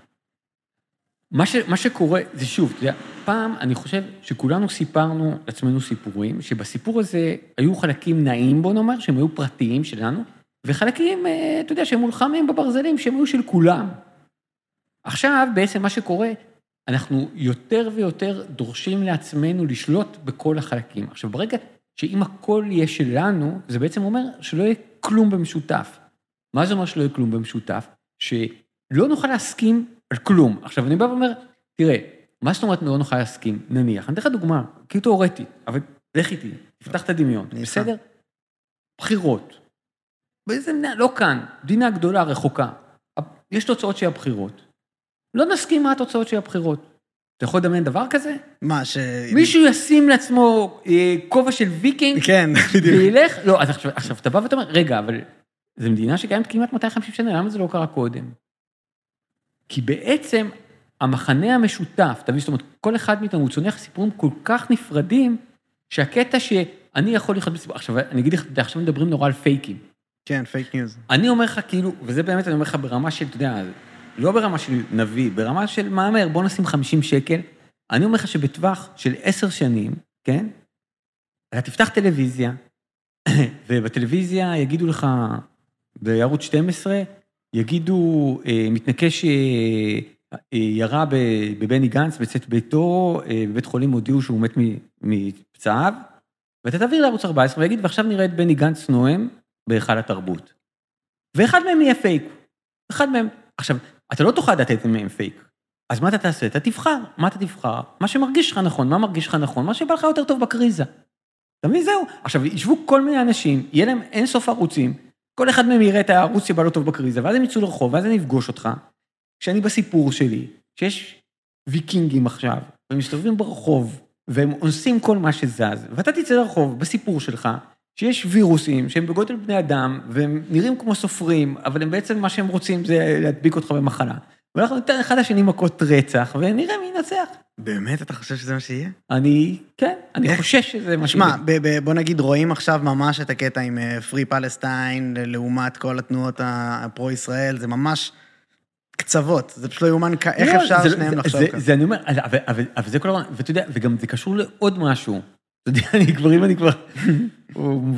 [SPEAKER 1] מה, ש, מה שקורה, זה שוב, אתה יודע, פעם אני חושב שכולנו סיפרנו לעצמנו סיפורים, שבסיפור הזה היו חלקים נעים, בוא נאמר, שהם היו פרטיים שלנו, וחלקים, אתה יודע, שהם מולחמים בברזלים, שהם היו של כולם. עכשיו, בעצם מה שקורה, אנחנו יותר ויותר דורשים לעצמנו לשלוט בכל החלקים. עכשיו, ברגע שאם הכל יהיה שלנו, זה בעצם אומר שלא יהיה כלום במשותף. מה זה אומר שלא יהיה כלום במשותף? שלא נוכל להסכים על כלום. עכשיו, אני בא ואומר, תראה, מה זאת אומרת לא נוכל להסכים? נניח, אני אתן לך דוגמה, כי תיאורטית, אבל לך איתי, תפתח את הדמיון, בסדר? בחירות. באיזה מדינה, לא כאן, מדינה גדולה, רחוקה. יש תוצאות של הבחירות. לא נסכים מה התוצאות של הבחירות. אתה יכול לדמיין דבר כזה?
[SPEAKER 2] מה, ש...
[SPEAKER 1] מישהו ישים לעצמו אה, כובע של ויקינג,
[SPEAKER 2] כן, בדיוק.
[SPEAKER 1] וילך, לא, אז עכשיו, עכשיו אתה בא ואתה אומר, רגע, אבל זו מדינה שקיימת כמעט מאתיים וחמישים שנה, למה זה לא קרה קודם? כי בעצם המחנה המשותף, תבין, זאת אומרת, כל אחד מאיתנו, הוא צונח סיפורים כל כך נפרדים, שהקטע שאני יכול לחיות בסיפור, עכשיו, אני אגיד לך, עכשיו מדברים נורא על פייקים,
[SPEAKER 2] כן, פייק ניוז.
[SPEAKER 1] אני אומר לך כאילו, וזה באמת אני אומר לך ברמה של, אתה יודע, לא ברמה של נביא, ברמה של מאמר, בוא נשים חמישים שקל, אני אומר לך שבטווח של עשר שנים, כן? אתה תפתח טלוויזיה, ובטלוויזיה יגידו לך, בערוץ שתים עשרה, יגידו, מתנקש ירה בבני גנץ, בצאת ביתו, בבית חולים הודיעו שהוא מת מפצעיו, ואתה תעביר לערוץ ארבע עשרה ויגיד, ועכשיו נראה את בני גנץ נואם בהיכל התרבות. ואחד מהם יהיה פייק. אחד מהם, עכשיו, אתה לא תוכל לדעת את מהם פייק. אז מה אתה תעשה? אתה תבחר. מה אתה תבחר? מה שמרגיש לך נכון, מה מרגיש לך נכון, מה שבא לך יותר טוב בקריזה. אתה מבין? זהו. עכשיו, ישבו כל מיני אנשים, יהיה להם אין סוף ערוצים, כל אחד מהם יראה את הערוץ שבא לו טוב בקריזה, ואז הם יצאו לרחוב, ואז אני אפגוש אותך, כשאני בסיפור שלי, שיש ויקינגים עכשיו, והם מסתובבים ברחוב, והם עושים כל מה שזז, ואתה תצא לרחוב בסיפור שלך, שיש וירוסים שהם בגודל בני אדם, והם נראים כמו סופרים, אבל הם בעצם מה שהם רוצים זה להדביק אותך במחלה. ואנחנו ניתן אחד השני מכות רצח, ונראה מי ינצח.
[SPEAKER 2] באמת, אתה חושב שזה מה שיהיה?
[SPEAKER 1] אני, כן, אני חושש שזה מה שיהיה.
[SPEAKER 2] שמע, בוא נגיד, רואים עכשיו ממש את הקטע עם פרי פלסטיין, לעומת כל התנועות הפרו-ישראל, זה ממש קצוות, זה פשוט לא יאומן, איך אפשר שניהם לחשוב ככה?
[SPEAKER 1] זה אני אומר, אבל זה כל הרעיון, ואתה יודע, וגם זה קשור לעוד משהו, אתה יודע, אני כבר, אם אני כבר, הוא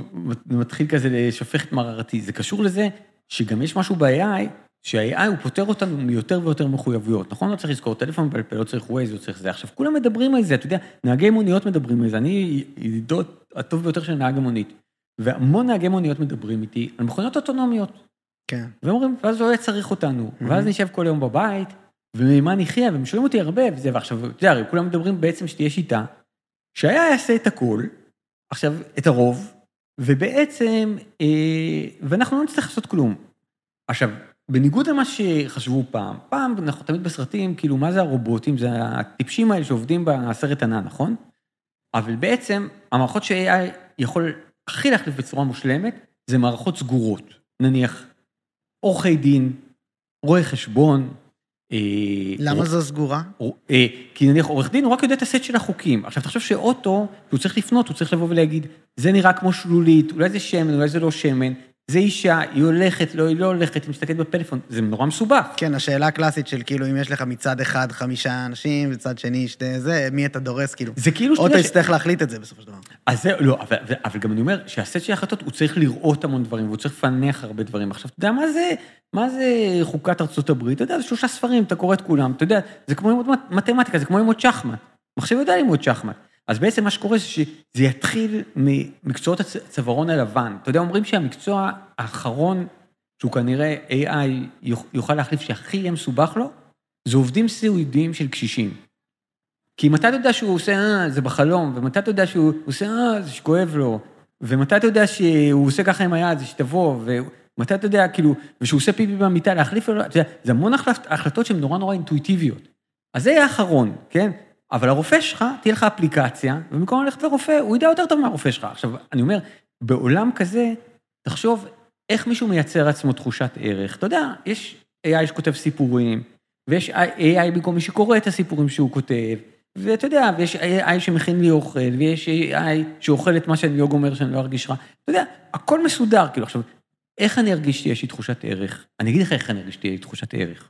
[SPEAKER 1] מתחיל כזה לשופך את מררתי, זה קשור לזה שגם יש משהו ב-איי איי, שה-איי איי הוא פותר אותנו מיותר ויותר מחויבויות, נכון? לא צריך לזכור טלפון בלפה, לא צריך ווייז, לא צריך זה. עכשיו, כולם מדברים על זה, אתה יודע, נהגי מוניות מדברים על זה, אני ידידות הטוב ביותר של נהג המונית, והמון נהגי מוניות מדברים איתי על מכוניות אוטונומיות.
[SPEAKER 2] כן.
[SPEAKER 1] ואומרים, ואז לא צריך אותנו, ואז נשב כל יום בבית, וממה נחיה, והם שואלים אותי הרבה, וזה, ועכשיו, אתה יודע, כולם מדברים בעצם שתהיה שיטה, שהיה יעשה את הכל, עכשיו, את הרוב, ובעצם, אה, ואנחנו לא נצטרך לעשות כלום. עכשיו, בניגוד למה שחשבו פעם, פעם אנחנו תמיד בסרטים, כאילו, מה זה הרובוטים? זה הטיפשים האלה שעובדים בסרט ענן, נכון? אבל בעצם, המערכות ש-איי איי יכול הכי להחליף בצורה מושלמת, זה מערכות סגורות. נניח, עורכי דין, רואי חשבון.
[SPEAKER 2] למה זו סגורה?
[SPEAKER 1] כי נניח, עורך דין הוא רק יודע את הסט של החוקים. עכשיו, תחשוב שאוטו, הוא צריך לפנות, הוא צריך לבוא ולהגיד, זה נראה כמו שלולית, אולי זה שמן, אולי זה לא שמן, זה אישה, היא הולכת, לא, היא לא הולכת, היא מסתכלת בפלאפון, זה נורא מסובך.
[SPEAKER 2] כן, השאלה הקלאסית של כאילו, אם יש לך מצד אחד חמישה אנשים, וצד שני שתי זה, מי אתה דורס, כאילו.
[SPEAKER 1] זה כאילו
[SPEAKER 2] אוטו יצטרך להחליט את זה בסופו של דבר.
[SPEAKER 1] אז זה, לא, אבל, אבל גם אני אומר, שהסט של ההחלטות, הוא צריך לראות המון דברים, והוא צריך לפענח הרבה דברים. עכשיו, אתה יודע, מה זה, מה זה חוקת ארצות הברית? אתה יודע, זה שלושה ספרים, אתה קורא את כולם, אתה יודע, זה כמו ללמוד מתמטיקה, זה כמו ללמוד שחמט. מחשב יודע ללמוד שחמט. אז בעצם מה שקורה זה שזה יתחיל ממקצועות הצווארון הלבן. אתה יודע, אומרים שהמקצוע האחרון, שהוא כנראה איי איי יוכל להחליף שהכי יהיה מסובך לו, זה עובדים סיעודיים של קשישים. כי מתי אתה יודע שהוא עושה, אה, זה בחלום, ומתי אתה יודע שהוא עושה, אה, זה שכואב לו, ומתי אתה יודע שהוא עושה ככה עם היד, זה שתבוא, ומתי אתה יודע, כאילו, ושהוא עושה פיפי במיטה, להחליף לו, אתה יודע, זה המון החלטות שהן נורא נורא אינטואיטיביות. אז זה יהיה האחרון, כן? אבל הרופא שלך, תהיה לך אפליקציה, ובמקום ללכת לרופא, הוא ידע יותר טוב מהרופא שלך. עכשיו, אני אומר, בעולם כזה, תחשוב איך מישהו מייצר עצמו תחושת ערך. אתה יודע, יש איי איי שכותב סיפורים, ויש איי איי במקום מי שקורא את הסיפורים שהוא כותב, ואתה יודע, ויש איי איי שמכין לי אוכל, ויש איי איי שאוכל את מה שאני לא גומר, שאני לא ארגיש רע. אתה יודע, הכל מסודר, כאילו, עכשיו, איך אני ארגיש שיש לי תחושת ערך? אני אגיד לך איך אני ארגיש שיש לי תחושת ערך.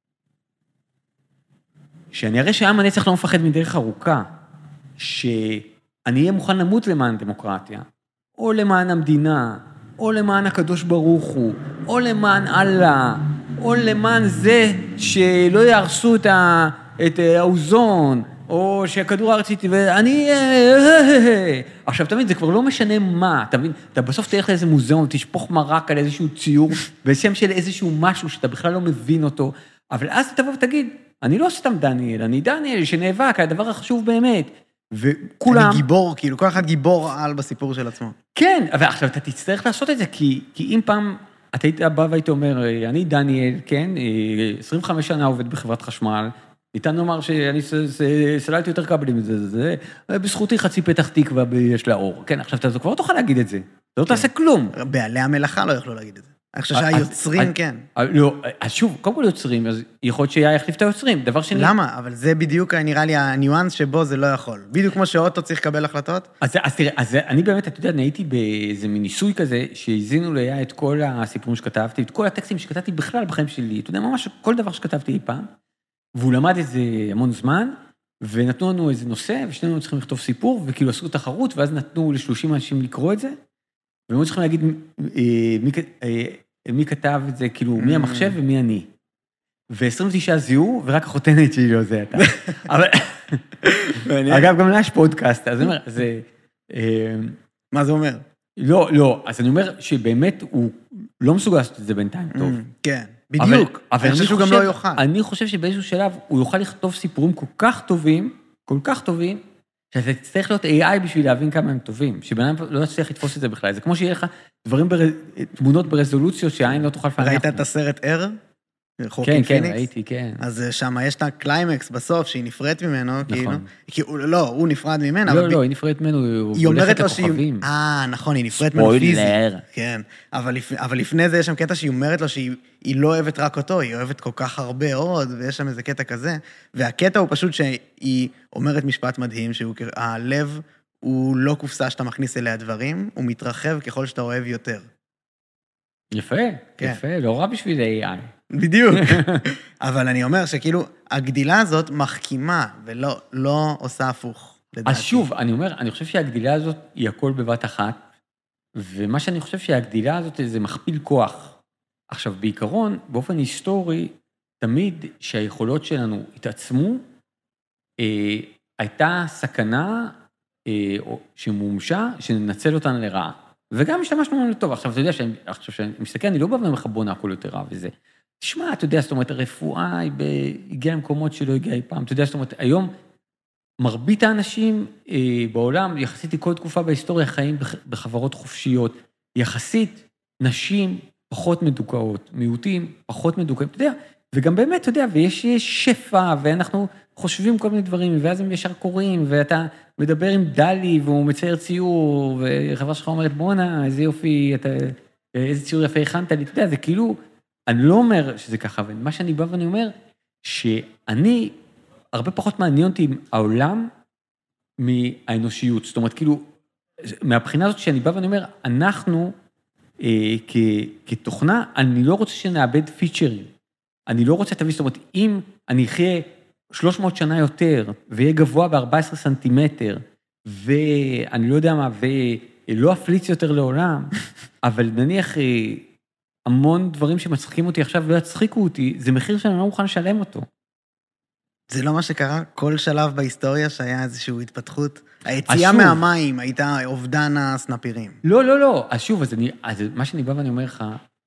[SPEAKER 1] שאני אראה שהעם הנצח לא מפחד מדרך ארוכה, שאני אהיה מוכן למות למען דמוקרטיה, או למען המדינה, או למען הקדוש ברוך הוא, או למען אללה, או למען זה שלא יהרסו את, ה, את האוזון, או שהכדור הארצי, ואני... עכשיו, תמיד, זה כבר לא משנה מה, אתה מבין? אתה בסוף תלך לאיזה מוזיאון, תשפוך מרק על איזשהו ציור, בשם של איזשהו משהו שאתה בכלל לא מבין אותו, אבל אז תבוא ותגיד, אני לא סתם דניאל, אני דניאל שנאבק, הדבר החשוב באמת, וכולם...
[SPEAKER 2] אני גיבור, כאילו, כל אחד גיבור על בסיפור של עצמו.
[SPEAKER 1] כן, אבל עכשיו אתה תצטרך לעשות את זה, כי, כי אם פעם אתה היית בא והיית אומר, אני דניאל, כן, עשרים וחמש שנה עובד בחברת חשמל, ניתן לומר שאני סללתי יותר כבלים מזה, זה, בזכותי חצי פתח תקווה יש לה אור. כן, עכשיו אתה כבר לא תוכל להגיד את זה, אתה לא תעשה כלום.
[SPEAKER 2] בעלי המלאכה לא יכלו להגיד את זה. אני חושב שהיוצרים כן.
[SPEAKER 1] לא, אז שוב, קודם כל יוצרים, אז יכול להיות שהיה יחליף את היוצרים, דבר שני...
[SPEAKER 2] למה? אבל זה בדיוק נראה לי הניואנס שבו זה לא יכול. בדיוק כמו שאוטו צריך לקבל החלטות.
[SPEAKER 1] אז תראה, אז אני באמת, אתה יודע, נהייתי באיזה מין ניסוי כזה, שהזינו לי את כל הסיפורים שכתבתי, את כל הטקסטים שכתבתי בכלל בחיים שלי, אתה יודע, ממש כל דבר שכתבתי אי פעם, והוא למד איזה המון זמן, ונתנו לנו איזה נושא, ושנינו צריכים לכתוב סיפור, וכאילו עשו תחרות, ואז נתנו ל-שלושים אנשים לקרוא את זה, והם צריכים להגיד מי, מי כתב את זה, כאילו, מי המחשב ומי אני. ו-עשרים ותשע זיהו, ורק החותנת שלי לא זה אתה. אבל... אגב, גם לה יש פודקאסט, אז אני אומר, זה...
[SPEAKER 2] מה זה אומר?
[SPEAKER 1] לא, לא, אז אני אומר שבאמת הוא לא מסוגל לעשות את זה בינתיים טוב.
[SPEAKER 2] כן, בדיוק.
[SPEAKER 1] אבל אני חושב שהוא גם לא יוכל. אני חושב שבאיזשהו שלב הוא יוכל לכתוב סיפורים כל כך טובים, כל כך טובים, שאתה תצטרך להיות איי איי בשביל להבין כמה הם טובים, שבן אדם לא יצטרך לתפוס את זה בכלל. זה כמו שיהיה לך דברים, תמונות ברזולוציות שהעין לא תוכל לפענח.
[SPEAKER 2] ראית את הסרט ער?
[SPEAKER 1] כן, כן, ראיתי, כן.
[SPEAKER 2] אז שם יש את הקליימקס בסוף, שהיא נפרדת ממנו, כאילו, לא, הוא נפרד ממנה.
[SPEAKER 1] לא, לא, היא נפרדת ממנו, הוא הולכת לכוכבים.
[SPEAKER 2] אה, נכון, היא נפרדת ממנו פיזית. כן, אבל לפני זה יש שם קטע שהיא אומרת לו שהיא לא אוהבת רק אותו, היא אוהבת כל כך הרבה עוד, ויש שם איזה קטע כזה, והקטע הוא פשוט שהיא אומרת משפט מדהים, שהלב הוא לא קופסה שאתה מכניס אליה דברים, הוא מתרחב ככל שאתה אוהב יותר.
[SPEAKER 1] יפה, יפה, לא רע בשביל איי איי.
[SPEAKER 2] בדיוק. אבל אני אומר שכאילו, הגדילה הזאת מחכימה, ולא לא עושה הפוך, לדעתי.
[SPEAKER 1] אז שוב, אני אומר, אני חושב שהגדילה הזאת היא הכל בבת אחת, ומה שאני חושב שהגדילה הזאת זה מכפיל כוח. עכשיו, בעיקרון, באופן היסטורי, תמיד שהיכולות שלנו התעצמו, אה, הייתה סכנה אה, שמומשה, שננצל אותן לרעה. וגם השתמשנו לנו לטוב. עכשיו, אתה יודע, שאני, עכשיו, שאני מסתכל, אני לא בא ואומר לך, בוא נעקול יותר רע וזה. תשמע, אתה יודע, זאת אומרת, הרפואה היא הגיעה למקומות שלא הגיעה אי פעם. אתה יודע, זאת אומרת, היום, מרבית האנשים אה, בעולם, יחסית לכל תקופה בהיסטוריה, חיים בחברות חופשיות, יחסית נשים פחות מדוכאות, מיעוטים פחות מדוכאים, אתה יודע, וגם באמת, אתה יודע, ויש שפע, ואנחנו חושבים כל מיני דברים, ואז הם ישר קוראים, ואתה מדבר עם דלי, והוא מצייר ציור, וחברה שלך אומרת, בונה, איזה יופי, אתה, איזה ציור יפה הכנת לי, אתה יודע, זה כאילו, אני לא אומר שזה ככה, ומה שאני בא ואני אומר, שאני, הרבה פחות מעניין אותי עם העולם מהאנושיות, זאת אומרת, כאילו, מהבחינה הזאת שאני בא ואני אומר, אנחנו, אה, כ, כתוכנה, אני לא רוצה שנאבד פיצ'רים, אני לא רוצה, תביא, זאת אומרת, אם אני אחיה שלוש מאות שנה יותר, ויהיה גבוה ב-ארבעה עשר סנטימטר, ואני לא יודע מה, ולא אפליץ יותר לעולם, אבל נניח המון דברים שמצחיקים אותי עכשיו לא יצחיקו אותי, זה מחיר שאני לא מוכן לשלם אותו.
[SPEAKER 2] זה לא מה שקרה? כל שלב בהיסטוריה שהיה איזושהי התפתחות? היציאה מהמים הייתה אובדן הסנפירים.
[SPEAKER 1] לא, לא, לא. אז שוב, אז, אני, אז מה שאני בא ואני אומר לך,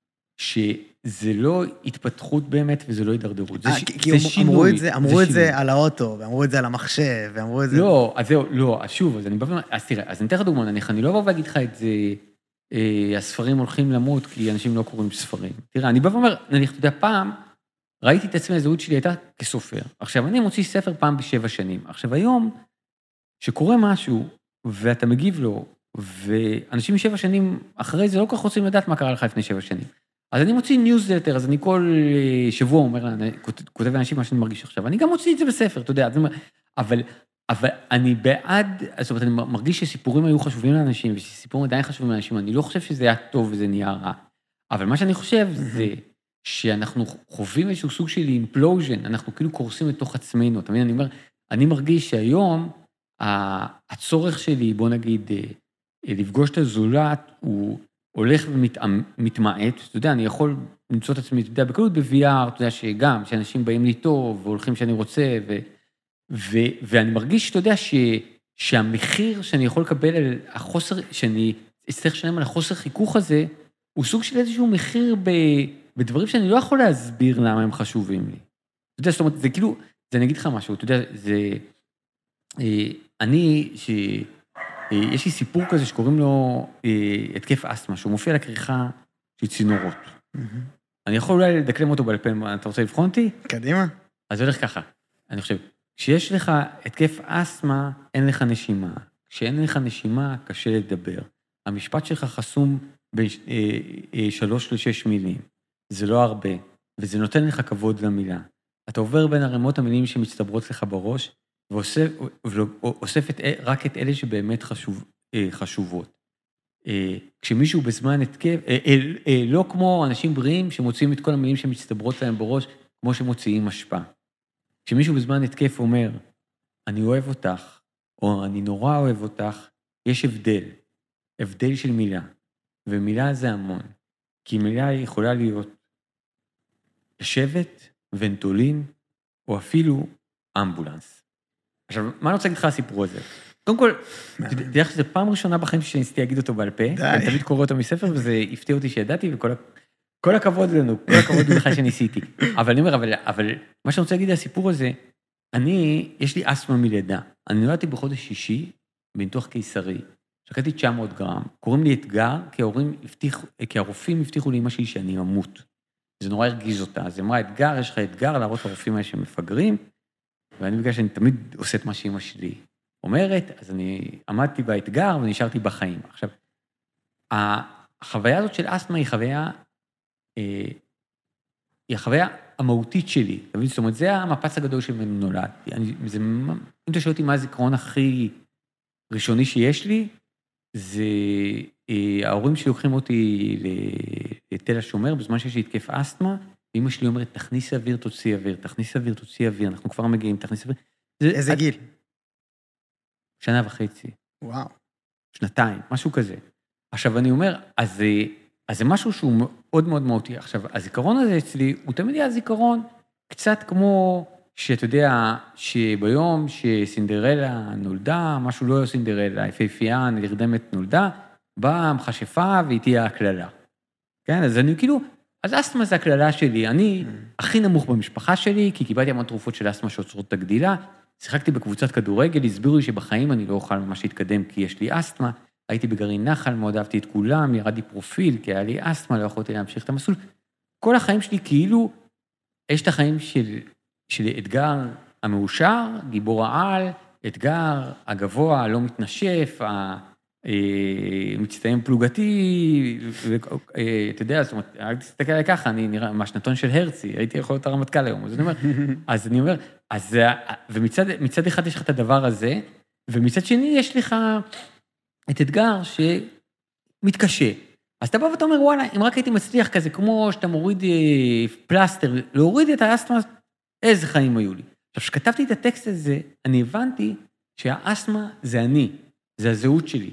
[SPEAKER 1] שזה לא התפתחות באמת, וזה לא הידרדרות. זה,
[SPEAKER 2] כי זה שינוי. אמרו את זה, אמרו זה את זה על האוטו, ואמרו את זה על המחשב, ואמרו את זה...
[SPEAKER 1] לא, אז זהו, לא, אז שוב, אז אני בא ואומר, אז תראה, אז אני אתן לך דוגמא, נניח, אני לא בא ואגיד לך את זה, אה, הספרים הולכים למות, כי אנשים לא קוראים ספרים. תראה, אני בא ואומר, נניח, אתה יודע, פעם, ראיתי את עצמי, הזהות שלי הייתה כסופר. עכשיו, אני מוציא ספר פעם בשבע שנים. עכשיו, היום, שקורה משהו, ואתה מגיב לו, ואנשים שבע שנים אחרי זה לא כל כך רוצים לדעת מה קרה לך לפני שבע שנים. אז אני מוציא ניוזלטר, אז אני כל שבוע אומר, אני כותב לאנשים מה שאני מרגיש עכשיו, אני גם מוציא את זה בספר, אתה יודע, אבל, אבל אני בעד, זאת אומרת, אני מרגיש שסיפורים היו חשובים לאנשים, ושסיפורים עדיין חשובים לאנשים, אני לא חושב שזה היה טוב וזה נהיה רע, אבל מה שאני חושב זה, שאנחנו חווים איזשהו סוג של אימפלוז'ן, אנחנו כאילו קורסים לתוך עצמנו, אתה מבין? אני אומר, אני מרגיש שהיום, הצורך שלי, בוא נגיד, לפגוש את הזולת, הוא הולך ומתמעט, אתה יודע, אני יכול למצוא את עצמי, אתה יודע, בקלות ב-וי אר, אתה יודע, שגם, שאנשים באים לי טוב, והולכים שאני רוצה, ו, ו, ואני מרגיש, אתה יודע, ש, שהמחיר שאני יכול לקבל על החוסר, שאני אצטרך לשלם על החוסר חיכוך הזה, הוא סוג של איזשהו מחיר ב, בדברים שאני לא יכול להסביר למה הם חשובים לי. אתה יודע, זאת אומרת, זה כאילו, זה אני אגיד לך משהו, אתה יודע, זה, אני, ש... יש לי סיפור כזה שקוראים לו התקף אסתמה, שהוא מופיע לכריכה של צינורות. אני יכול אולי לדקלם אותו בעל פה, אתה רוצה לבחון אותי?
[SPEAKER 2] קדימה.
[SPEAKER 1] אז זה הולך ככה, אני חושב, כשיש לך התקף אסתמה, אין לך נשימה. כשאין לך נשימה, קשה לדבר. המשפט שלך חסום בין שלוש לשש מילים. זה לא הרבה, וזה נותן לך כבוד למילה. אתה עובר בין הרמות המילים שמצטברות לך בראש, ואוסף רק את אלה שבאמת חשוב, חשובות. כשמישהו בזמן התקף, לא כמו אנשים בריאים שמוציאים את כל המילים שמצטברות להם בראש, כמו שמוציאים השפעה. כשמישהו בזמן התקף אומר, אני אוהב אותך, או אני נורא אוהב אותך, יש הבדל, הבדל של מילה, ומילה זה המון, כי מילה יכולה להיות לשבת, ונטולין, או אפילו אמבולנס. עכשיו, מה אני רוצה להגיד לך הסיפור הזה? קודם כל, תדע לך שזו פעם ראשונה בחיים שניסיתי להגיד אותו בעל פה, אני תמיד קורא אותו מספר, וזה הפתיע אותי שידעתי, וכל הכבוד לנו, כל הכבוד לך שניסיתי. אבל אני אומר, אבל מה שאני רוצה להגיד על הסיפור הזה, אני, יש לי אסתמה מלידה. אני נולדתי בחודש שישי, בניתוח קיסרי, שקעתי תשע מאות גרם, קוראים לי אתגר, כי ההורים הבטיחו, כי הרופאים הבטיחו לאמא שלי שאני אמות. זה נורא הרגיז אותה. אז היא אמרה, אתגר, יש לך אתגר להראות לרופאים האלה שמפגרים, ואני בגלל שאני תמיד עושה את מה שאמא שלי אומרת, אז אני עמדתי באתגר ונשארתי בחיים. עכשיו, החוויה הזאת של אסתמה היא חוויה, היא החוויה המהותית שלי. זאת אומרת, זה המפץ הגדול שממנו נולדתי. אם אתה שואל אותי מה הזיכרון הכי ראשוני שיש לי, זה ההורים שלי לוקחים אותי לתל השומר, בזמן שיש לי התקף אסתמה, ואמא שלי אומרת, תכניס אוויר, תוציא אוויר, תכניס אוויר, תוציא אוויר, אנחנו כבר מגיעים, תכניס אוויר.
[SPEAKER 2] איזה גיל?
[SPEAKER 1] שנה וחצי.
[SPEAKER 2] וואו.
[SPEAKER 1] שנתיים, משהו כזה. עכשיו אני אומר, אז, אז זה משהו שהוא מאוד מאוד מהותי. עכשיו, הזיכרון הזה אצלי, הוא תמיד היה זיכרון קצת כמו, שאתה יודע, שביום שסינדרלה נולדה, משהו לא היה סינדרלה, יפהפייה, נרדמת נולדה, באה המכשפה והיא תהיה הכללה. כן, אז אני כאילו, אז אסתמה זה הכללה שלי, אני הכי נמוך במשפחה שלי, כי קיבלתי המון תרופות של אסתמה שעוצרות את הגדילה, שיחקתי בקבוצת כדורגל, הסבירו לי שבחיים אני לא אוכל ממש להתקדם כי יש לי אסתמה, הייתי בגרעין נחל, מאוד אהבתי את כולם, ירדתי פרופיל, כי היה לי אסתמה, לא יכולתי להמשיך את המסלול. כל החיים שלי כאילו, יש את החיים של, של אתגר המאושר, גיבור העל, אתגר הגבוה, לא מתנשף, מצטיין פלוגתי, אתה יודע, זאת אומרת, רק תסתכל עליי ככה, אני נראה, מהשנתון של הרצי, הייתי יכול להיות הרמטכ"ל היום, אז אני אומר, אז אני אומר, אז, ומצד אחד יש לך את הדבר הזה, ומצד שני יש לך את אתגר שמתקשה. אז אתה בא ואתה אומר, וואלה, אם רק הייתי מצליח כזה, כמו שאתה מוריד פלסטר, להוריד את האסתמה, איזה חיים היו לי. עכשיו, כשכתבתי את הטקסט הזה, אני הבנתי שהאסתמה זה אני, זה הזהות שלי.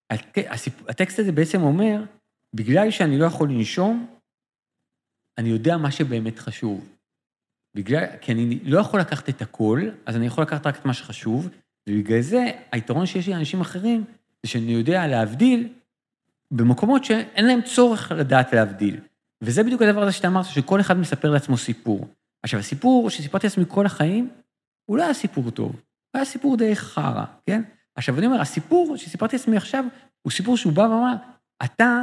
[SPEAKER 1] הטקסט הזה בעצם אומר, בגלל שאני לא יכול לנשום, אני יודע מה שבאמת חשוב. בגלל, כי אני לא יכול לקחת את הכל, אז אני יכול לקחת רק את מה שחשוב, ובגלל זה, היתרון שיש לי לאנשים אחרים, זה שאני יודע להבדיל, במקומות שאין להם צורך לדעת להבדיל. וזה בדיוק הדבר הזה שאתה אמרת, שכל אחד מספר לעצמו סיפור. עכשיו, הסיפור שסיפרתי לעצמי כל החיים, הוא לא היה סיפור טוב, הוא היה סיפור די חרא, כן? עכשיו, אני אומר, הסיפור שסיפרתי לעצמי עכשיו, הוא סיפור שהוא בא ואמר, אתה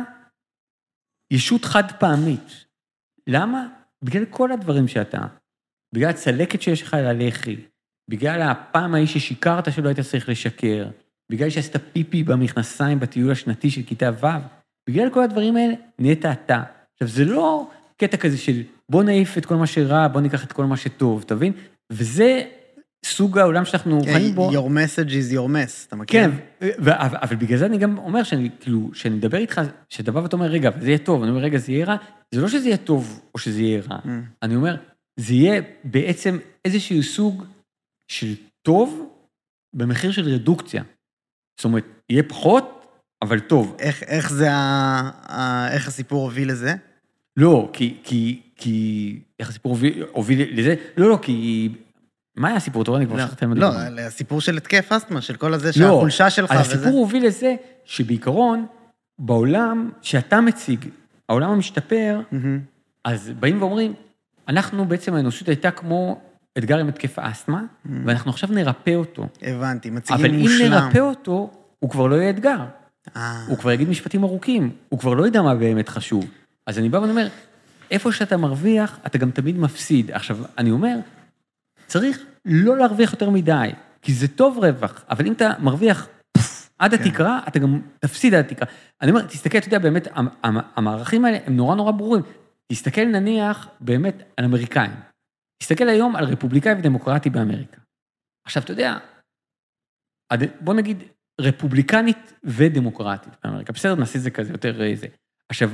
[SPEAKER 1] ישות חד פעמית. למה? בגלל כל הדברים שאתה, בגלל הצלקת שיש לך על הלחי, בגלל הפעם ההיא ששיקרת שלא היית צריך לשקר, בגלל שעשית פיפי במכנסיים בטיול השנתי של כיתה ו', בגלל כל הדברים האלה, נהיית אתה. עכשיו, זה לא קטע כזה של בוא נעיף את כל מה שרע, בוא ניקח את כל מה שטוב, תבין? וזה סוג העולם שאנחנו חיים בו.
[SPEAKER 2] Your message is your mess, אתה מכיר?
[SPEAKER 1] כן, אבל בגלל זה אני גם אומר, כאילו, שאני מדבר איתך, שאתה בא ואתה אומר, רגע, זה יהיה טוב, אני אומר, רגע, זה יהיה רע, זה לא שזה יהיה טוב או שזה יהיה רע. אני אומר, זה יהיה בעצם איזשהו סוג של טוב במחיר של רדוקציה. זאת אומרת, יהיה פחות, אבל טוב.
[SPEAKER 2] איך, איך זה, איך הסיפור הוביל לזה?
[SPEAKER 1] לא, כי, כי, כי, איך הסיפור הוביל, הוביל לזה? לא, לא, כי, מה היה הסיפור? טוב, אני כבר שכחתי מה
[SPEAKER 2] לא, לא, הסיפור של התקף אסתמה, של כל הזה, שהחולשה שלך
[SPEAKER 1] וזה. הסיפור הוביל לזה, שבעיקרון, בעולם שאתה מציג, העולם המשתפר, אז באים ואומרים, אנחנו בעצם, האנושות הייתה כמו אתגר עם התקף האסתמה, ואנחנו עכשיו נרפא אותו.
[SPEAKER 2] הבנתי, מציגים מושלם.
[SPEAKER 1] אבל אם נרפא אותו, הוא כבר לא יהיה אתגר. הוא כבר יגיד משפטים ארוכים, הוא כבר לא ידע מה באמת חשוב. אז אני בא ואומר, איפה שאתה מרוויח, אתה גם תמיד מפסיד. עכשיו, אני אומר, צריך לא להרוויח יותר מדי, כי זה טוב רווח, אבל אם אתה מרוויח עד התקרה, אתה גם תפסיד עד התקרה. אני אומר, תסתכל, אתה יודע, באמת, המערכים האלה הם נורא נורא ברורים. תסתכל נניח באמת על אמריקאים. תסתכל היום על רפובליקאי ודמוקרטי באמריקה. עכשיו, אתה יודע, בוא נגיד, רפובליקנית ודמוקרטית באמריקה. בסדר, נעשה את זה כזה, יותר זה. עכשיו,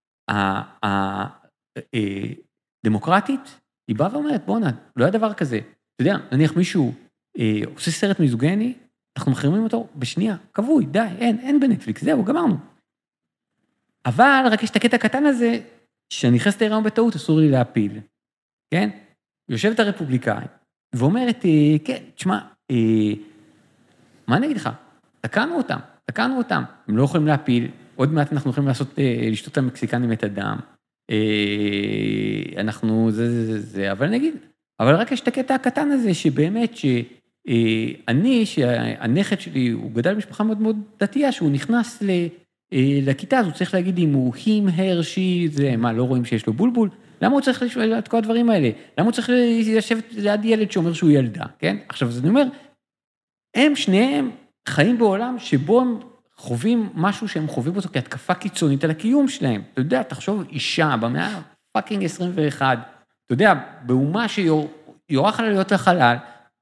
[SPEAKER 1] הדמוקרטית, היא באה ואומרת, בוא נע, לא היה דבר כזה. אתה יודע, נניח מישהו עושה סרט מיזוגני, אנחנו מחרימים אותו בשנייה, קבוי, די, אין, אין בנטפליקס, זהו, גמרנו. אבל רק יש את הקטע הקטן הזה, שאני נכנס להיריון בטעות, אסור לי להפיל. כן? יושבת הרפובליקאי, ואומרת, כן, תשמע, מה אני אגיד לך? תקענו אותם, תקענו אותם. הם לא יכולים להפיל, עוד מעט אנחנו יכולים לעשות, לשתות למקסיקנים את הדם. אנחנו, זה, זה, זה, זה, אבל נגיד, אבל רק יש את הקטע הקטן הזה, שבאמת, שאני, שהנכד שלי, הוא גדל במשפחה מאוד מאוד דתייה, שהוא נכנס לכיתה, אז הוא צריך להגיד אם הוא him, her, she, זה, מה, לא רואים שיש לו בולבול? למה הוא צריך לשאול את כל הדברים האלה? למה הוא צריך לשבת ליד ילד שאומר שהוא ילדה, כן? עכשיו, אז אני אומר, הם שניהם חיים בעולם שבו הם חווים משהו שהם חווים אותו כהתקפה קיצונית על הקיום שלהם. אתה יודע, תחשוב אישה במאה פאקינג עשרים ואחת, אתה יודע, באומה שיורח לה להיות לחלל,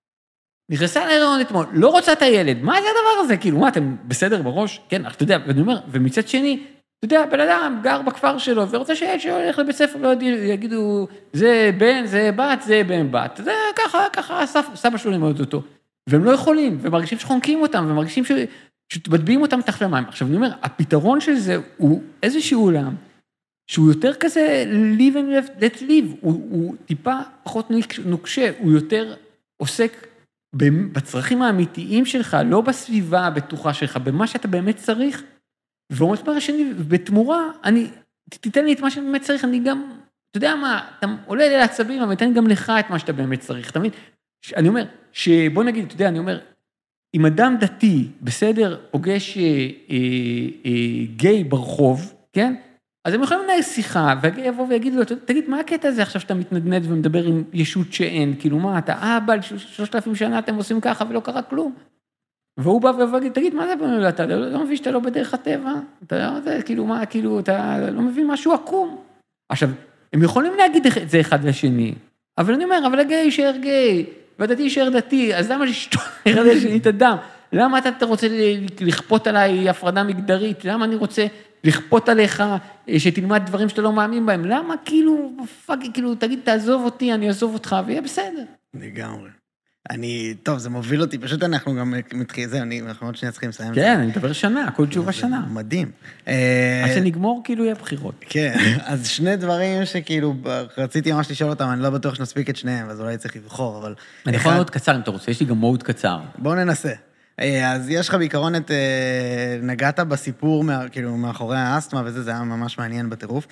[SPEAKER 1] נכנסה להיריון אתמול, לא רוצה את הילד, מה זה הדבר הזה? כאילו, מה, אתם בסדר בראש? כן, אתה יודע, ואני אומר, ומצד שני, אתה יודע, בן אדם גר בכפר שלו, ורוצה שילד שלו ילך לבית ספר, לא יגידו, זה בן, זה בת, זה בן בת. זה ככה, ככה, סבא שלו לימד אותו. והם לא יכולים, ומרגישים שחונקים אותם, ומרגישים שתבטביעים אותם תחת למים. עכשיו, אני אומר, הפתרון של זה הוא איזשהו עולם, שהוא יותר כזה live and let live, הוא, הוא טיפה פחות נוקשה, הוא יותר עוסק בצרכים האמיתיים שלך, לא בסביבה הבטוחה שלך, במה שאתה באמת צריך, ואומרת אומר השני, בתמורה, אני, תיתן לי את מה שבאמת צריך, אני גם, אתה יודע מה, אתה עולה לי לעצבים, אבל תן גם לך את מה שאתה באמת צריך, אתה מבין? אני אומר, שבוא נגיד, אתה יודע, אני אומר, אם אדם דתי, בסדר, פוגש אה, אה, אה, גיי ברחוב, כן? אז הם יכולים לנהל שיחה, והגיי יבוא ויגיד לו, תגיד, מה הקטע הזה עכשיו שאתה מתנדנד ומדבר עם ישות שאין? כאילו מה, אתה אבא, שלושת אלפים שנה אתם עושים ככה ולא קרה כלום. והוא בא ויגיד, תגיד, מה זה? אתה לא מבין שאתה לא בדרך הטבע? אתה לא יודע, כאילו מה, כאילו, אתה לא מבין משהו עקום. עכשיו, הם יכולים להגיד את זה אחד לשני, אבל אני אומר, אבל הגיי יישאר גיי, והדתי יישאר דתי, אז למה לשתות אחד לשני את הדם? למה אתה רוצה לכפות עליי הפרדה מגדרית? למה אני רוצה לכפות עליך שתלמד דברים שאתה לא מאמין בהם? למה כאילו, פאק, כאילו, תגיד, תעזוב אותי, אני אעזוב אותך, ויהיה בסדר.
[SPEAKER 2] לגמרי. אני, טוב, זה מוביל אותי, פשוט אנחנו גם מתחיל, זה, אנחנו עוד שנייה צריכים לסיים.
[SPEAKER 1] כן, אני מדבר שנה, כל תשובה שנה.
[SPEAKER 2] מדהים.
[SPEAKER 1] עד שנגמור, כאילו, יהיה בחירות.
[SPEAKER 2] כן, אז שני דברים שכאילו, רציתי ממש לשאול אותם, אני לא בטוח שנספיק את שניהם, אז אולי צריך לבחור, אבל...
[SPEAKER 1] אני יכול מאוד קצר, אם אתה רוצה, יש לי גם מאוד קצר.
[SPEAKER 2] בואו ננסה. אז יש לך בעיקרון את, נגעת בסיפור, כאילו, מאחורי האסתמה, וזה, זה היה ממש מעניין בטירוף,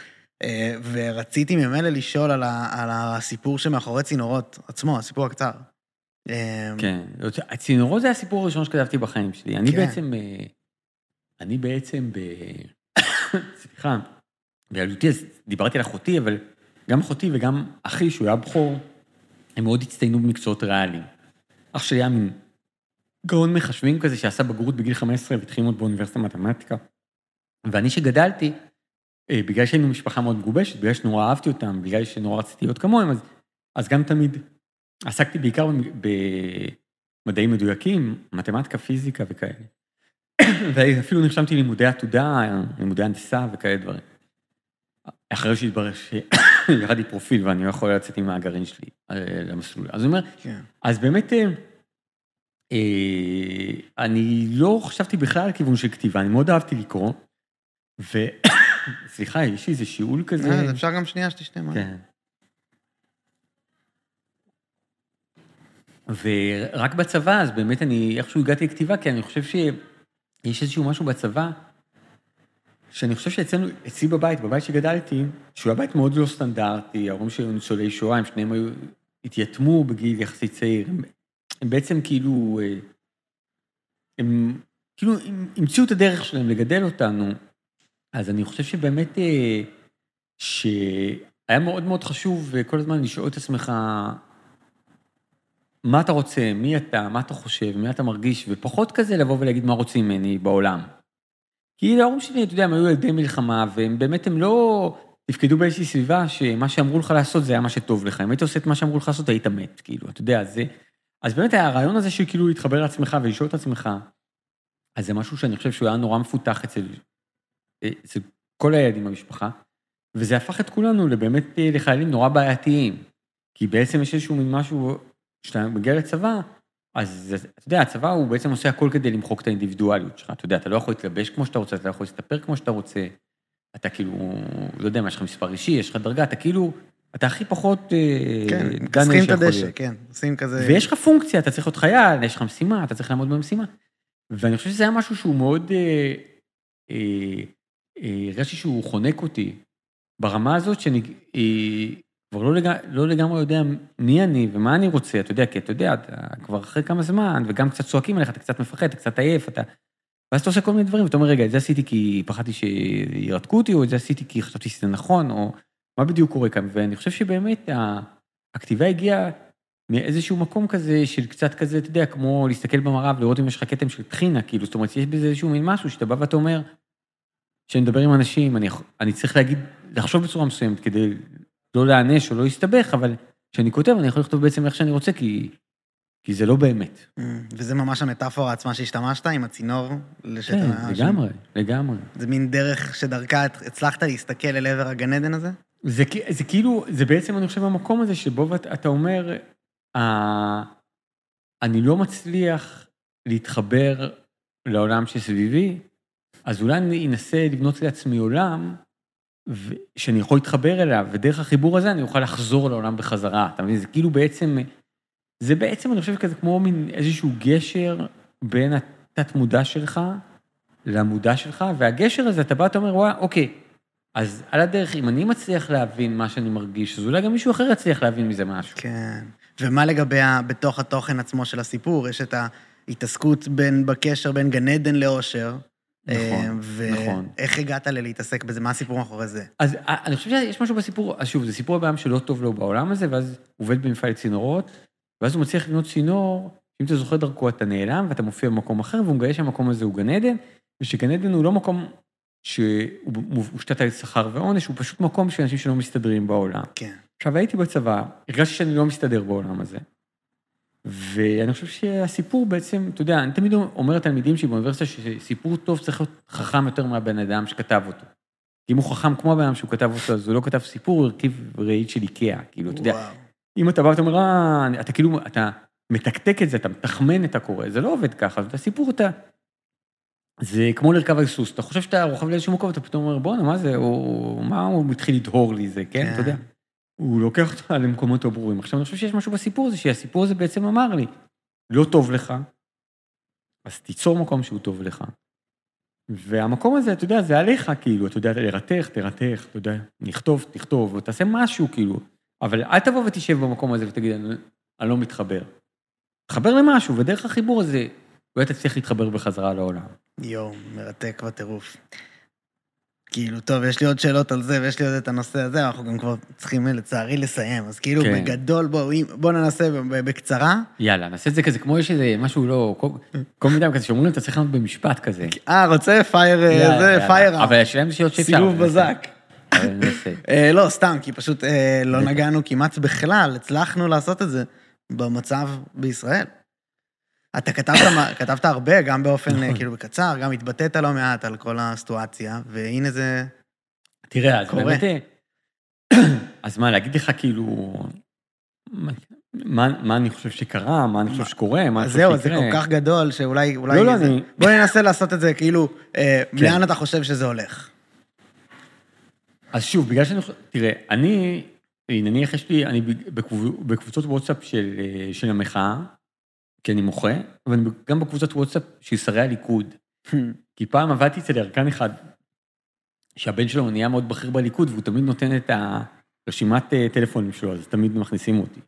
[SPEAKER 2] ורציתי ממילא לשאול על הסיפור שמאחורי צינורות עצמו, הסיפור הקצר.
[SPEAKER 1] כן, הצינורות זה הסיפור הראשון שכתבתי בחיים שלי. אני בעצם, אני בעצם, סליחה, בילדותי, דיברתי על אחותי, אבל גם אחותי וגם אחי, שהוא היה בחור, הם מאוד הצטיינו במקצועות ריאליים. אח שלי היה מין גאון מחשבים כזה, שעשה בגרות בגיל חמש עשרה, והתחיל ללמוד באוניברסיטה מתמטיקה. ואני שגדלתי, בגלל שהיינו משפחה מאוד מגובשת, בגלל שנורא אהבתי אותם, בגלל שנורא רציתי להיות כמוהם, אז, אז גם תמיד עסקתי בעיקר במדעים מדויקים, מתמטיקה, פיזיקה וכאלה. ואפילו נרשמתי לימודי עתודה, לימודי הנדסה וכאלה דברים. אחרי שהתברר שירדתי פרופיל ואני לא יכול לצאת עם הגרעין שלי למסלול. אז הוא אומר, אז באמת, אני לא חשבתי בכלל על כיוון של כתיבה, אני מאוד אהבתי לקרוא, וסליחה, יש לי איזה שיעול כזה.
[SPEAKER 2] אפשר גם שנייה שתשתה מה.
[SPEAKER 1] כן. ורק בצבא, אז באמת אני איכשהו הגעתי לכתיבה, כי אני חושב שיש איזשהו משהו בצבא, שאני חושב שאצלנו, אצלי בבית, בבית שגדלתי, שהוא הבית מאוד לא סטנדרטי, ההורים שהיו ניצולי שואה, הם שניהם היו, התייתמו בגיל יחסית צעיר, הם, הם בעצם כאילו, הם כאילו המציאו את הדרך שלהם לגדל אותנו, אז אני חושב שבאמת, שהיה מאוד מאוד חשוב כל הזמן לשאול את עצמך, מה אתה רוצה, מי אתה, מה אתה חושב, מי אתה מרגיש, ופחות כזה לבוא ולהגיד מה רוצים ממני בעולם. כי להורים שלי, אתה יודע, הם היו ילדי מלחמה, והם באמת הם לא תפקדו באיזושהי סביבה, שמה שאמרו לך לעשות זה היה מה שטוב לך. אם היית עושה את מה שאמרו לך לעשות, היית מת, כאילו, אתה יודע, זה... אז באמת הרעיון הזה שכאילו להתחבר לעצמך ולשאול את עצמך, אז זה משהו שאני חושב שהוא היה נורא מפותח אצל, אצל כל הילדים במשפחה, וזה הפך את כולנו לבאמת לחיילים נורא בעייתיים, כי בעצם יש איזשהו מין משהו, שאתה מגיע לצבא, אז אתה יודע, הצבא הוא בעצם עושה הכל כדי למחוק את האינדיבידואליות שלך, אתה יודע, אתה לא יכול להתלבש כמו שאתה רוצה, אתה לא יכול להסתפר כמו שאתה רוצה, אתה כאילו, לא יודע מה, יש לך מספר אישי, יש לך דרגה, אתה כאילו, אתה הכי פחות...
[SPEAKER 2] כן, כסחים את הדשא, כן, עושים כזה...
[SPEAKER 1] ויש לך פונקציה, אתה צריך להיות חייל, יש לך משימה, אתה צריך לעמוד במשימה. ואני חושב שזה היה משהו שהוא מאוד... הרגשתי שהוא חונק אותי ברמה הזאת, שאני כבר לא, לג... לא לגמרי יודע מי אני ומה אני רוצה, אתה יודע, כי אתה יודע, אתה כבר אחרי כמה זמן, וגם קצת צועקים עליך, אתה קצת מפחד, אתה קצת עייף, אתה... ואז אתה עושה כל מיני דברים, ואתה אומר, רגע, את זה עשיתי כי פחדתי שירתקו אותי, או את זה עשיתי כי חשבתי שזה נכון, או מה בדיוק קורה כאן. ואני חושב שבאמת הכתיבה הגיעה מאיזשהו מקום כזה, של קצת כזה, אתה יודע, כמו להסתכל במראה, ולראות אם יש לך כתם של תחינה, כאילו, זאת אומרת, יש בזה איזשהו מין משהו, שאתה בא ואתה אומר, שאני מדבר עם אנשים, אני, אני צריך להגיד, לחשוב בצורה מסוימת, כדי לא להענש או לא להסתבך, אבל כשאני כותב, אני יכול לכתוב בעצם איך שאני רוצה, כי, כי זה לא באמת.
[SPEAKER 2] וזה ממש המטאפורה עצמה שהשתמשת עם הצינור לשטח.
[SPEAKER 1] כן, לגמרי, לגמרי.
[SPEAKER 2] זה מין דרך שדרכה הצלחת להסתכל אל עבר הגן עדן הזה?
[SPEAKER 1] זה, זה כאילו, זה בעצם, אני חושב, המקום הזה שבו אתה אומר, אני לא מצליח להתחבר לעולם שסביבי, אז אולי אני אנסה לבנות לעצמי עולם, שאני יכול להתחבר אליו, ודרך החיבור הזה אני אוכל לחזור לעולם בחזרה. אתה מבין? זה כאילו בעצם, זה בעצם, אני חושב, כזה כמו מין איזשהו גשר בין התת מודע שלך למודע שלך, והגשר הזה, אתה בא, אתה אומר, וואה, אוקיי, אז על הדרך, אם אני מצליח להבין מה שאני מרגיש, אז אולי גם מישהו אחר יצליח להבין מזה משהו.
[SPEAKER 2] כן. ומה לגבי בתוך התוכן עצמו של הסיפור? יש את ההתעסקות בין, בקשר בין גן עדן לאושר,
[SPEAKER 1] נכון, נכון.
[SPEAKER 2] ואיך הגעת להתעסק בזה? מה הסיפור מאחורי זה?
[SPEAKER 1] אז אני חושב שיש משהו בסיפור, אז שוב, זה סיפור הבעם שלא טוב לו בעולם הזה, ואז הוא עובד במפעל צינורות, ואז הוא מצליח לבנות צינור, אם אתה זוכר דרכו, אתה נעלם, ואתה מופיע במקום אחר, והוא מגלה שהמקום הזה הוא גן עדן, ושגן עדן הוא לא מקום שהוא מושתת על שכר ועונש, הוא פשוט מקום של אנשים שלא מסתדרים בעולם.
[SPEAKER 2] כן.
[SPEAKER 1] עכשיו, הייתי בצבא, הרגשתי שאני לא מסתדר בעולם הזה, ואני חושב שהסיפור בעצם, אתה יודע, אני תמיד אומר לתלמידים שלי באוניברסיטה, שסיפור טוב צריך להיות חכם יותר מהבן אדם שכתב אותו. אם הוא חכם כמו הבן אדם שהוא כתב אותו, אז הוא לא כתב סיפור, הוא הרכיב ראית של איקאה, כאילו, אתה יודע, אם אתה בא ואתה אומר, אה, אתה כאילו, אתה מתקתק את זה, אתה מתחמן את הקורא, זה לא עובד ככה, אז הסיפור אתה, זה כמו לרכב על סוס, אתה חושב שאתה רוכב לאיזשהו מקום, אתה פתאום אומר, בוא'נה, מה זה, או מה הוא מתחיל לדהור לי זה, כן, אתה יודע. הוא לוקח אותך למקומות לא ברורים. עכשיו, אני חושב שיש משהו בסיפור הזה, שהסיפור הזה בעצם אמר לי, לא טוב לך, אז תיצור מקום שהוא טוב לך. והמקום הזה, אתה יודע, זה עליך, כאילו, אתה יודע, לרתך, תרתך, אתה יודע, נכתוב, תכתוב, ותעשה משהו, כאילו, אבל אל תבוא ותשב במקום הזה ותגיד, אני, אני לא מתחבר. תחבר למשהו, ודרך החיבור הזה, אולי תצליח להתחבר בחזרה לעולם.
[SPEAKER 2] יום, מרתק וטירוף. כאילו, טוב, יש לי עוד שאלות על זה, ויש לי עוד את הנושא הזה, אנחנו גם כבר צריכים לצערי לסיים, אז כאילו, כן. בגדול, בוא, בוא ננסה בקצרה.
[SPEAKER 1] יאללה, נעשה את זה כזה, כמו יש איזה משהו לא, כל, כל מידי כזה, שאומרים, אתה צריך לענות במשפט כזה.
[SPEAKER 2] אה, רוצה? פייר, יאללה, זה, יאללה. פייר.
[SPEAKER 1] אבל יש להם שאלות שאפשר.
[SPEAKER 2] סיבוב בזק. לא, סתם, כי פשוט לא נגענו כמעט בכלל, הצלחנו לעשות את זה במצב בישראל. אתה כתבת, כתבת הרבה, גם באופן כאילו בקצר, גם התבטאת לא מעט על כל הסיטואציה, והנה זה
[SPEAKER 1] תראה, אז באמת, אז מה, להגיד לך כאילו, מה, מה אני חושב שקרה, מה אני חושב שקורה, מה אני חושב
[SPEAKER 2] שקרה. זהו, זה כל כך גדול, שאולי, אולי
[SPEAKER 1] לא, לא,
[SPEAKER 2] זה...
[SPEAKER 1] אני...
[SPEAKER 2] בוא ננסה לעשות את זה, כאילו, אה, לאן אתה חושב שזה הולך?
[SPEAKER 1] אז שוב, בגלל שאני, תראה, אני, נניח יש לי, אני בקבוצות וואטסאפ של, של המחאה, כי אני מוחה, אבל גם בקבוצת וואטסאפ של שרי הליכוד, כי פעם עבדתי אצל ירקן אחד, שהבן שלו נהיה מאוד בכיר בליכוד, והוא תמיד נותן את הרשימת טלפונים שלו, אז תמיד מכניסים אותי.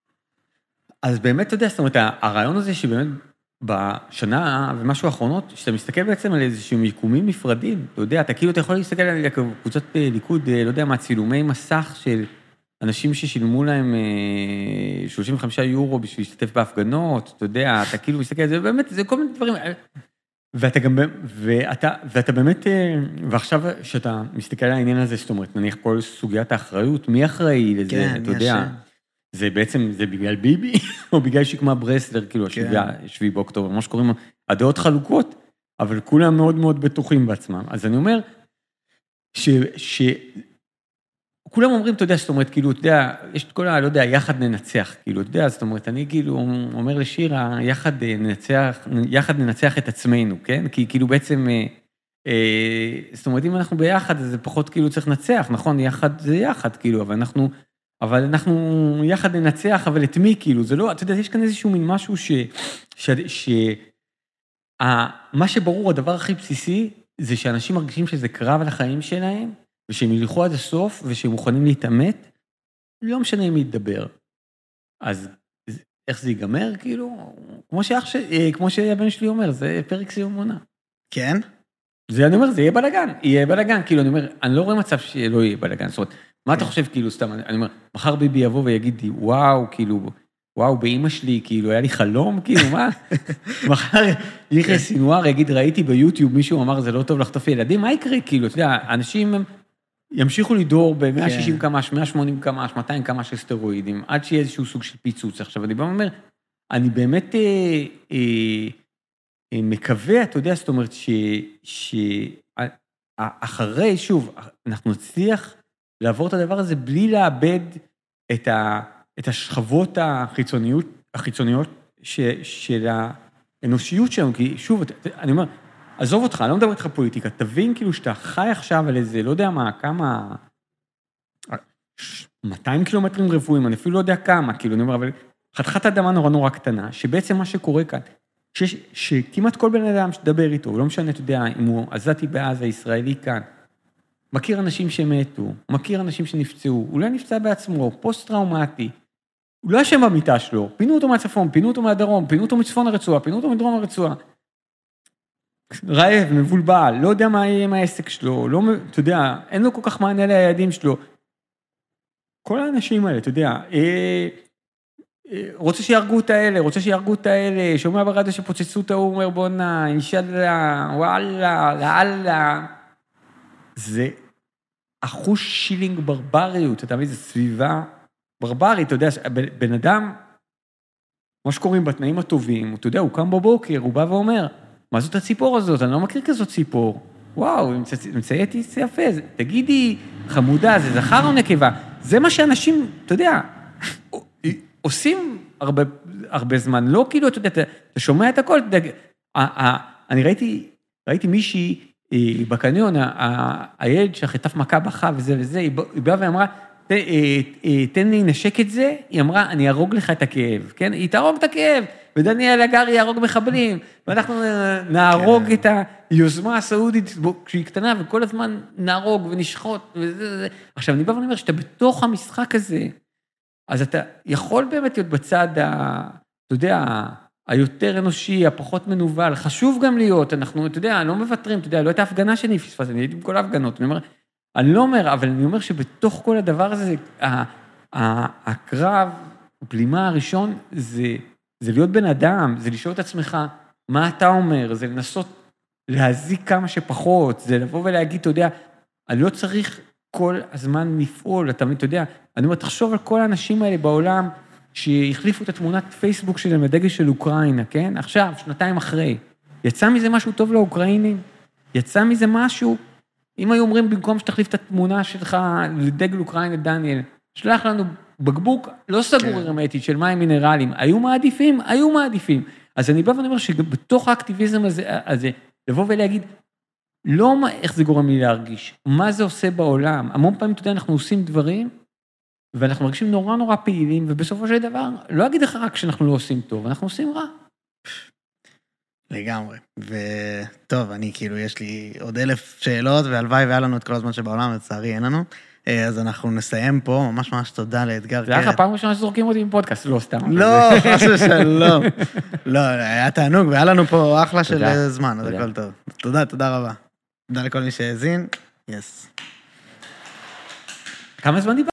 [SPEAKER 1] אז באמת, אתה יודע, זאת אומרת, הרעיון הזה שבאמת בשנה ומשהו האחרונות, שאתה מסתכל בעצם על איזשהם מיקומים נפרדים, אתה יודע, אתה כאילו, אתה יכול להסתכל על קבוצת ליכוד, לא יודע מה, צילומי מסך של אנשים ששילמו להם שלושים וחמישה יורו בשביל להשתתף בהפגנות, אתה יודע, אתה כאילו מסתכל על זה, באמת, זה כל מיני דברים, ואתה גם, ואתה, ואתה באמת, ועכשיו שאתה מסתכל על העניין הזה, זאת אומרת, נניח כל סוגיית האחריות, מי אחראי לזה,
[SPEAKER 2] כן,
[SPEAKER 1] אתה יודע, זה בעצם, זה בגלל ביבי, או בגלל שקמה ברסלר, כאילו, השביעי באוקטובר, מה שקוראים, הדעות חלוקות, אבל כולם מאוד מאוד בטוחים בעצמם. אז אני אומר, ש, ש, כולם אומרים, אתה יודע, זאת אומרת, כאילו, אתה יודע, יש את כל ה, לא יודע, יחד ננצח, כאילו, אתה יודע, זאת אומרת, אני כאילו אומר לשירה, יחד ננצח, יחד ננצח את עצמנו, כן? כי כאילו בעצם, אה, זאת אומרת, אם אנחנו ביחד, אז זה פחות כאילו צריך לנצח, נכון? יחד זה יחד, כאילו, אבל אנחנו, אבל אנחנו יחד ננצח, אבל את מי, כאילו, זה לא, אתה יודע, יש כאן איזשהו מין משהו ש, ש, ש, ה, מה שברור, הדבר הכי בסיסי, זה שאנשים מרגישים שזה קרב על החיים שלהם, ושהם ילכו עד הסוף, ושהם מוכנים להתאמת, לא משנה אם יתדבר. אז איך זה ייגמר, כאילו? כמו שאח ש... כמו שהבן שלי אומר, זה פרק סיום עונה.
[SPEAKER 2] כן?
[SPEAKER 1] זה, אני אומר, זה יהיה בלגן, יהיה בלגן, כאילו, אני אומר, אני לא רואה מצב שלא יהיה בלגן, זאת אומרת, מה אתה חושב, כאילו, סתם, אני אומר, מחר ביבי יבוא ויגיד לי, וואו, כאילו, וואו, באמא שלי, כאילו, היה לי חלום, כאילו, מה? מחר יחיא סינואר יגיד, ראיתי ביוטיוב, מישהו אמר, זה לא טוב לחטוף ילדים, מה יקרה, כאילו, אתה יודע, אנשים ימשיכו לדור ב-מאה ושישים קמ"ש, מאה ושמונים קמ"ש, מאתיים קמ"ש של סטרואידים, עד שיהיה איזשהו סוג של פיצוץ. עכשיו, אני בא ואומר, אני באמת אה, אה, אה, מקווה, אתה יודע, זאת אומרת, שאחרי, שוב, אנחנו נצליח לעבור את הדבר הזה בלי לאבד את, ה, את השכבות החיצוניות, החיצוניות ש, של האנושיות שלנו, כי שוב, אני אומר, עזוב אותך, אני לא מדבר איתך פוליטיקה, תבין כאילו שאתה חי עכשיו על איזה, לא יודע מה, כמה, מאתיים קילומטרים רבועים, אני אפילו לא יודע כמה, כאילו, אני אומר, אבל חתיכת אדמה נורא נורא קטנה, שבעצם מה שקורה כאן, שיש, שכמעט כל בן אדם שתדבר איתו, לא משנה, אתה יודע, אם הוא עזתי בעזה, ישראלי כאן, מכיר אנשים שמתו, מכיר אנשים שנפצעו, אולי נפצע בעצמו, פוסט-טראומטי, הוא לא אשם במיטה שלו, פינו אותו מהצפון, פינו אותו מהדרום, פינו אותו מצפון הרצועה, פינו אותו מדרום הרצועה, רעב, מבולבל, לא יודע מה יהיה עם העסק שלו, לא, אתה יודע, אין לו כל כך מענה ליעדים שלו. כל האנשים האלה, אתה יודע, אה, אה, רוצה שירגו את האלה, רוצה שירגו את האלה, שומע ברדיו שפוצצו את ההוא, אומר בונה, אינשאללה, וואלה, לאללה. זה אחוז שילינג ברבריות, אתה מבין, זה סביבה ברברית, אתה יודע, בן אדם, מה שקוראים בתנאים הטובים, אתה יודע, הוא קם בבוקר, הוא בא ואומר, מה זאת הציפור הזאת? אני לא מכיר כזאת ציפור. וואו, מצייתי יפה, תגידי, חמודה, זה זכר או נקבה? זה מה שאנשים, אתה יודע, עושים הרבה, הרבה זמן, לא כאילו, אתה יודע, אתה שומע את הכל, אתה יודע, אני ראיתי, ראיתי מישהי בקניון, הילד שחטף מכה בכה וזה וזה, היא באה ואמרה, תן לי נשק את זה, היא אמרה, אני ארוג לך את הכאב, כן? היא תהרוג את הכאב, ודניאל הגרי יהרוג מחבלים, ואנחנו נהרוג את היוזמה הסעודית כשהיא קטנה, וכל הזמן נהרוג ונשחוט, וזה, עכשיו, אני בא ואני אומר, שאתה בתוך המשחק הזה, אז אתה יכול באמת להיות בצד, אתה יודע, היותר אנושי, הפחות מנוול, חשוב גם להיות, אנחנו, אתה יודע, לא מוותרים, אתה יודע, לא הייתה הפגנה שאני פספס, אני הייתי בכל ההפגנות, אני אומר, אני לא אומר, אבל אני אומר שבתוך כל הדבר הזה, הקרב, הפלימה הראשון, זה, זה להיות בן אדם, זה לשאול את עצמך, מה אתה אומר, זה לנסות להזיק כמה שפחות, זה לבוא ולהגיד, אתה יודע, אני לא צריך כל הזמן לפעול, אתה מבין, אתה יודע, אני אומר, תחשוב על כל האנשים האלה בעולם, שהחליפו את התמונת פייסבוק שלהם לדגל של אוקראינה, כן? עכשיו, שנתיים אחרי, יצא מזה משהו טוב לאוקראינים? יצא מזה משהו? אם היו אומרים, במקום שתחליף את התמונה שלך לדגל אוקראינה, דניאל, שלח לנו בקבוק לא סגור הרמטית של מים מינרליים, היו מעדיפים? היו מעדיפים. אז אני בא ואני אומר שבתוך האקטיביזם הזה, הזה לבוא ולהגיד, לא מה, איך זה גורם לי להרגיש, מה זה עושה בעולם. המון פעמים, אתה יודע, אנחנו עושים דברים, ואנחנו מרגישים נורא נורא פעילים, ובסופו של דבר, לא אגיד לך רק שאנחנו לא עושים טוב, אנחנו עושים רע.
[SPEAKER 2] לגמרי. וטוב, אני כאילו, יש לי עוד אלף שאלות, והלוואי והיה לנו את כל הזמן שבעולם, לצערי אין לנו. אז אנחנו נסיים פה, ממש ממש תודה לאתגר.
[SPEAKER 1] זה היה לך פעם ראשונה שזורקים אותי עם פודקאסט, לא סתם.
[SPEAKER 2] לא, חס ושלום. לא, היה תענוג, והיה לנו פה אחלה של זמן, אז הכל טוב. תודה, תודה רבה. תודה לכל מי שהאזין. יס.
[SPEAKER 1] כמה זמן דיבר?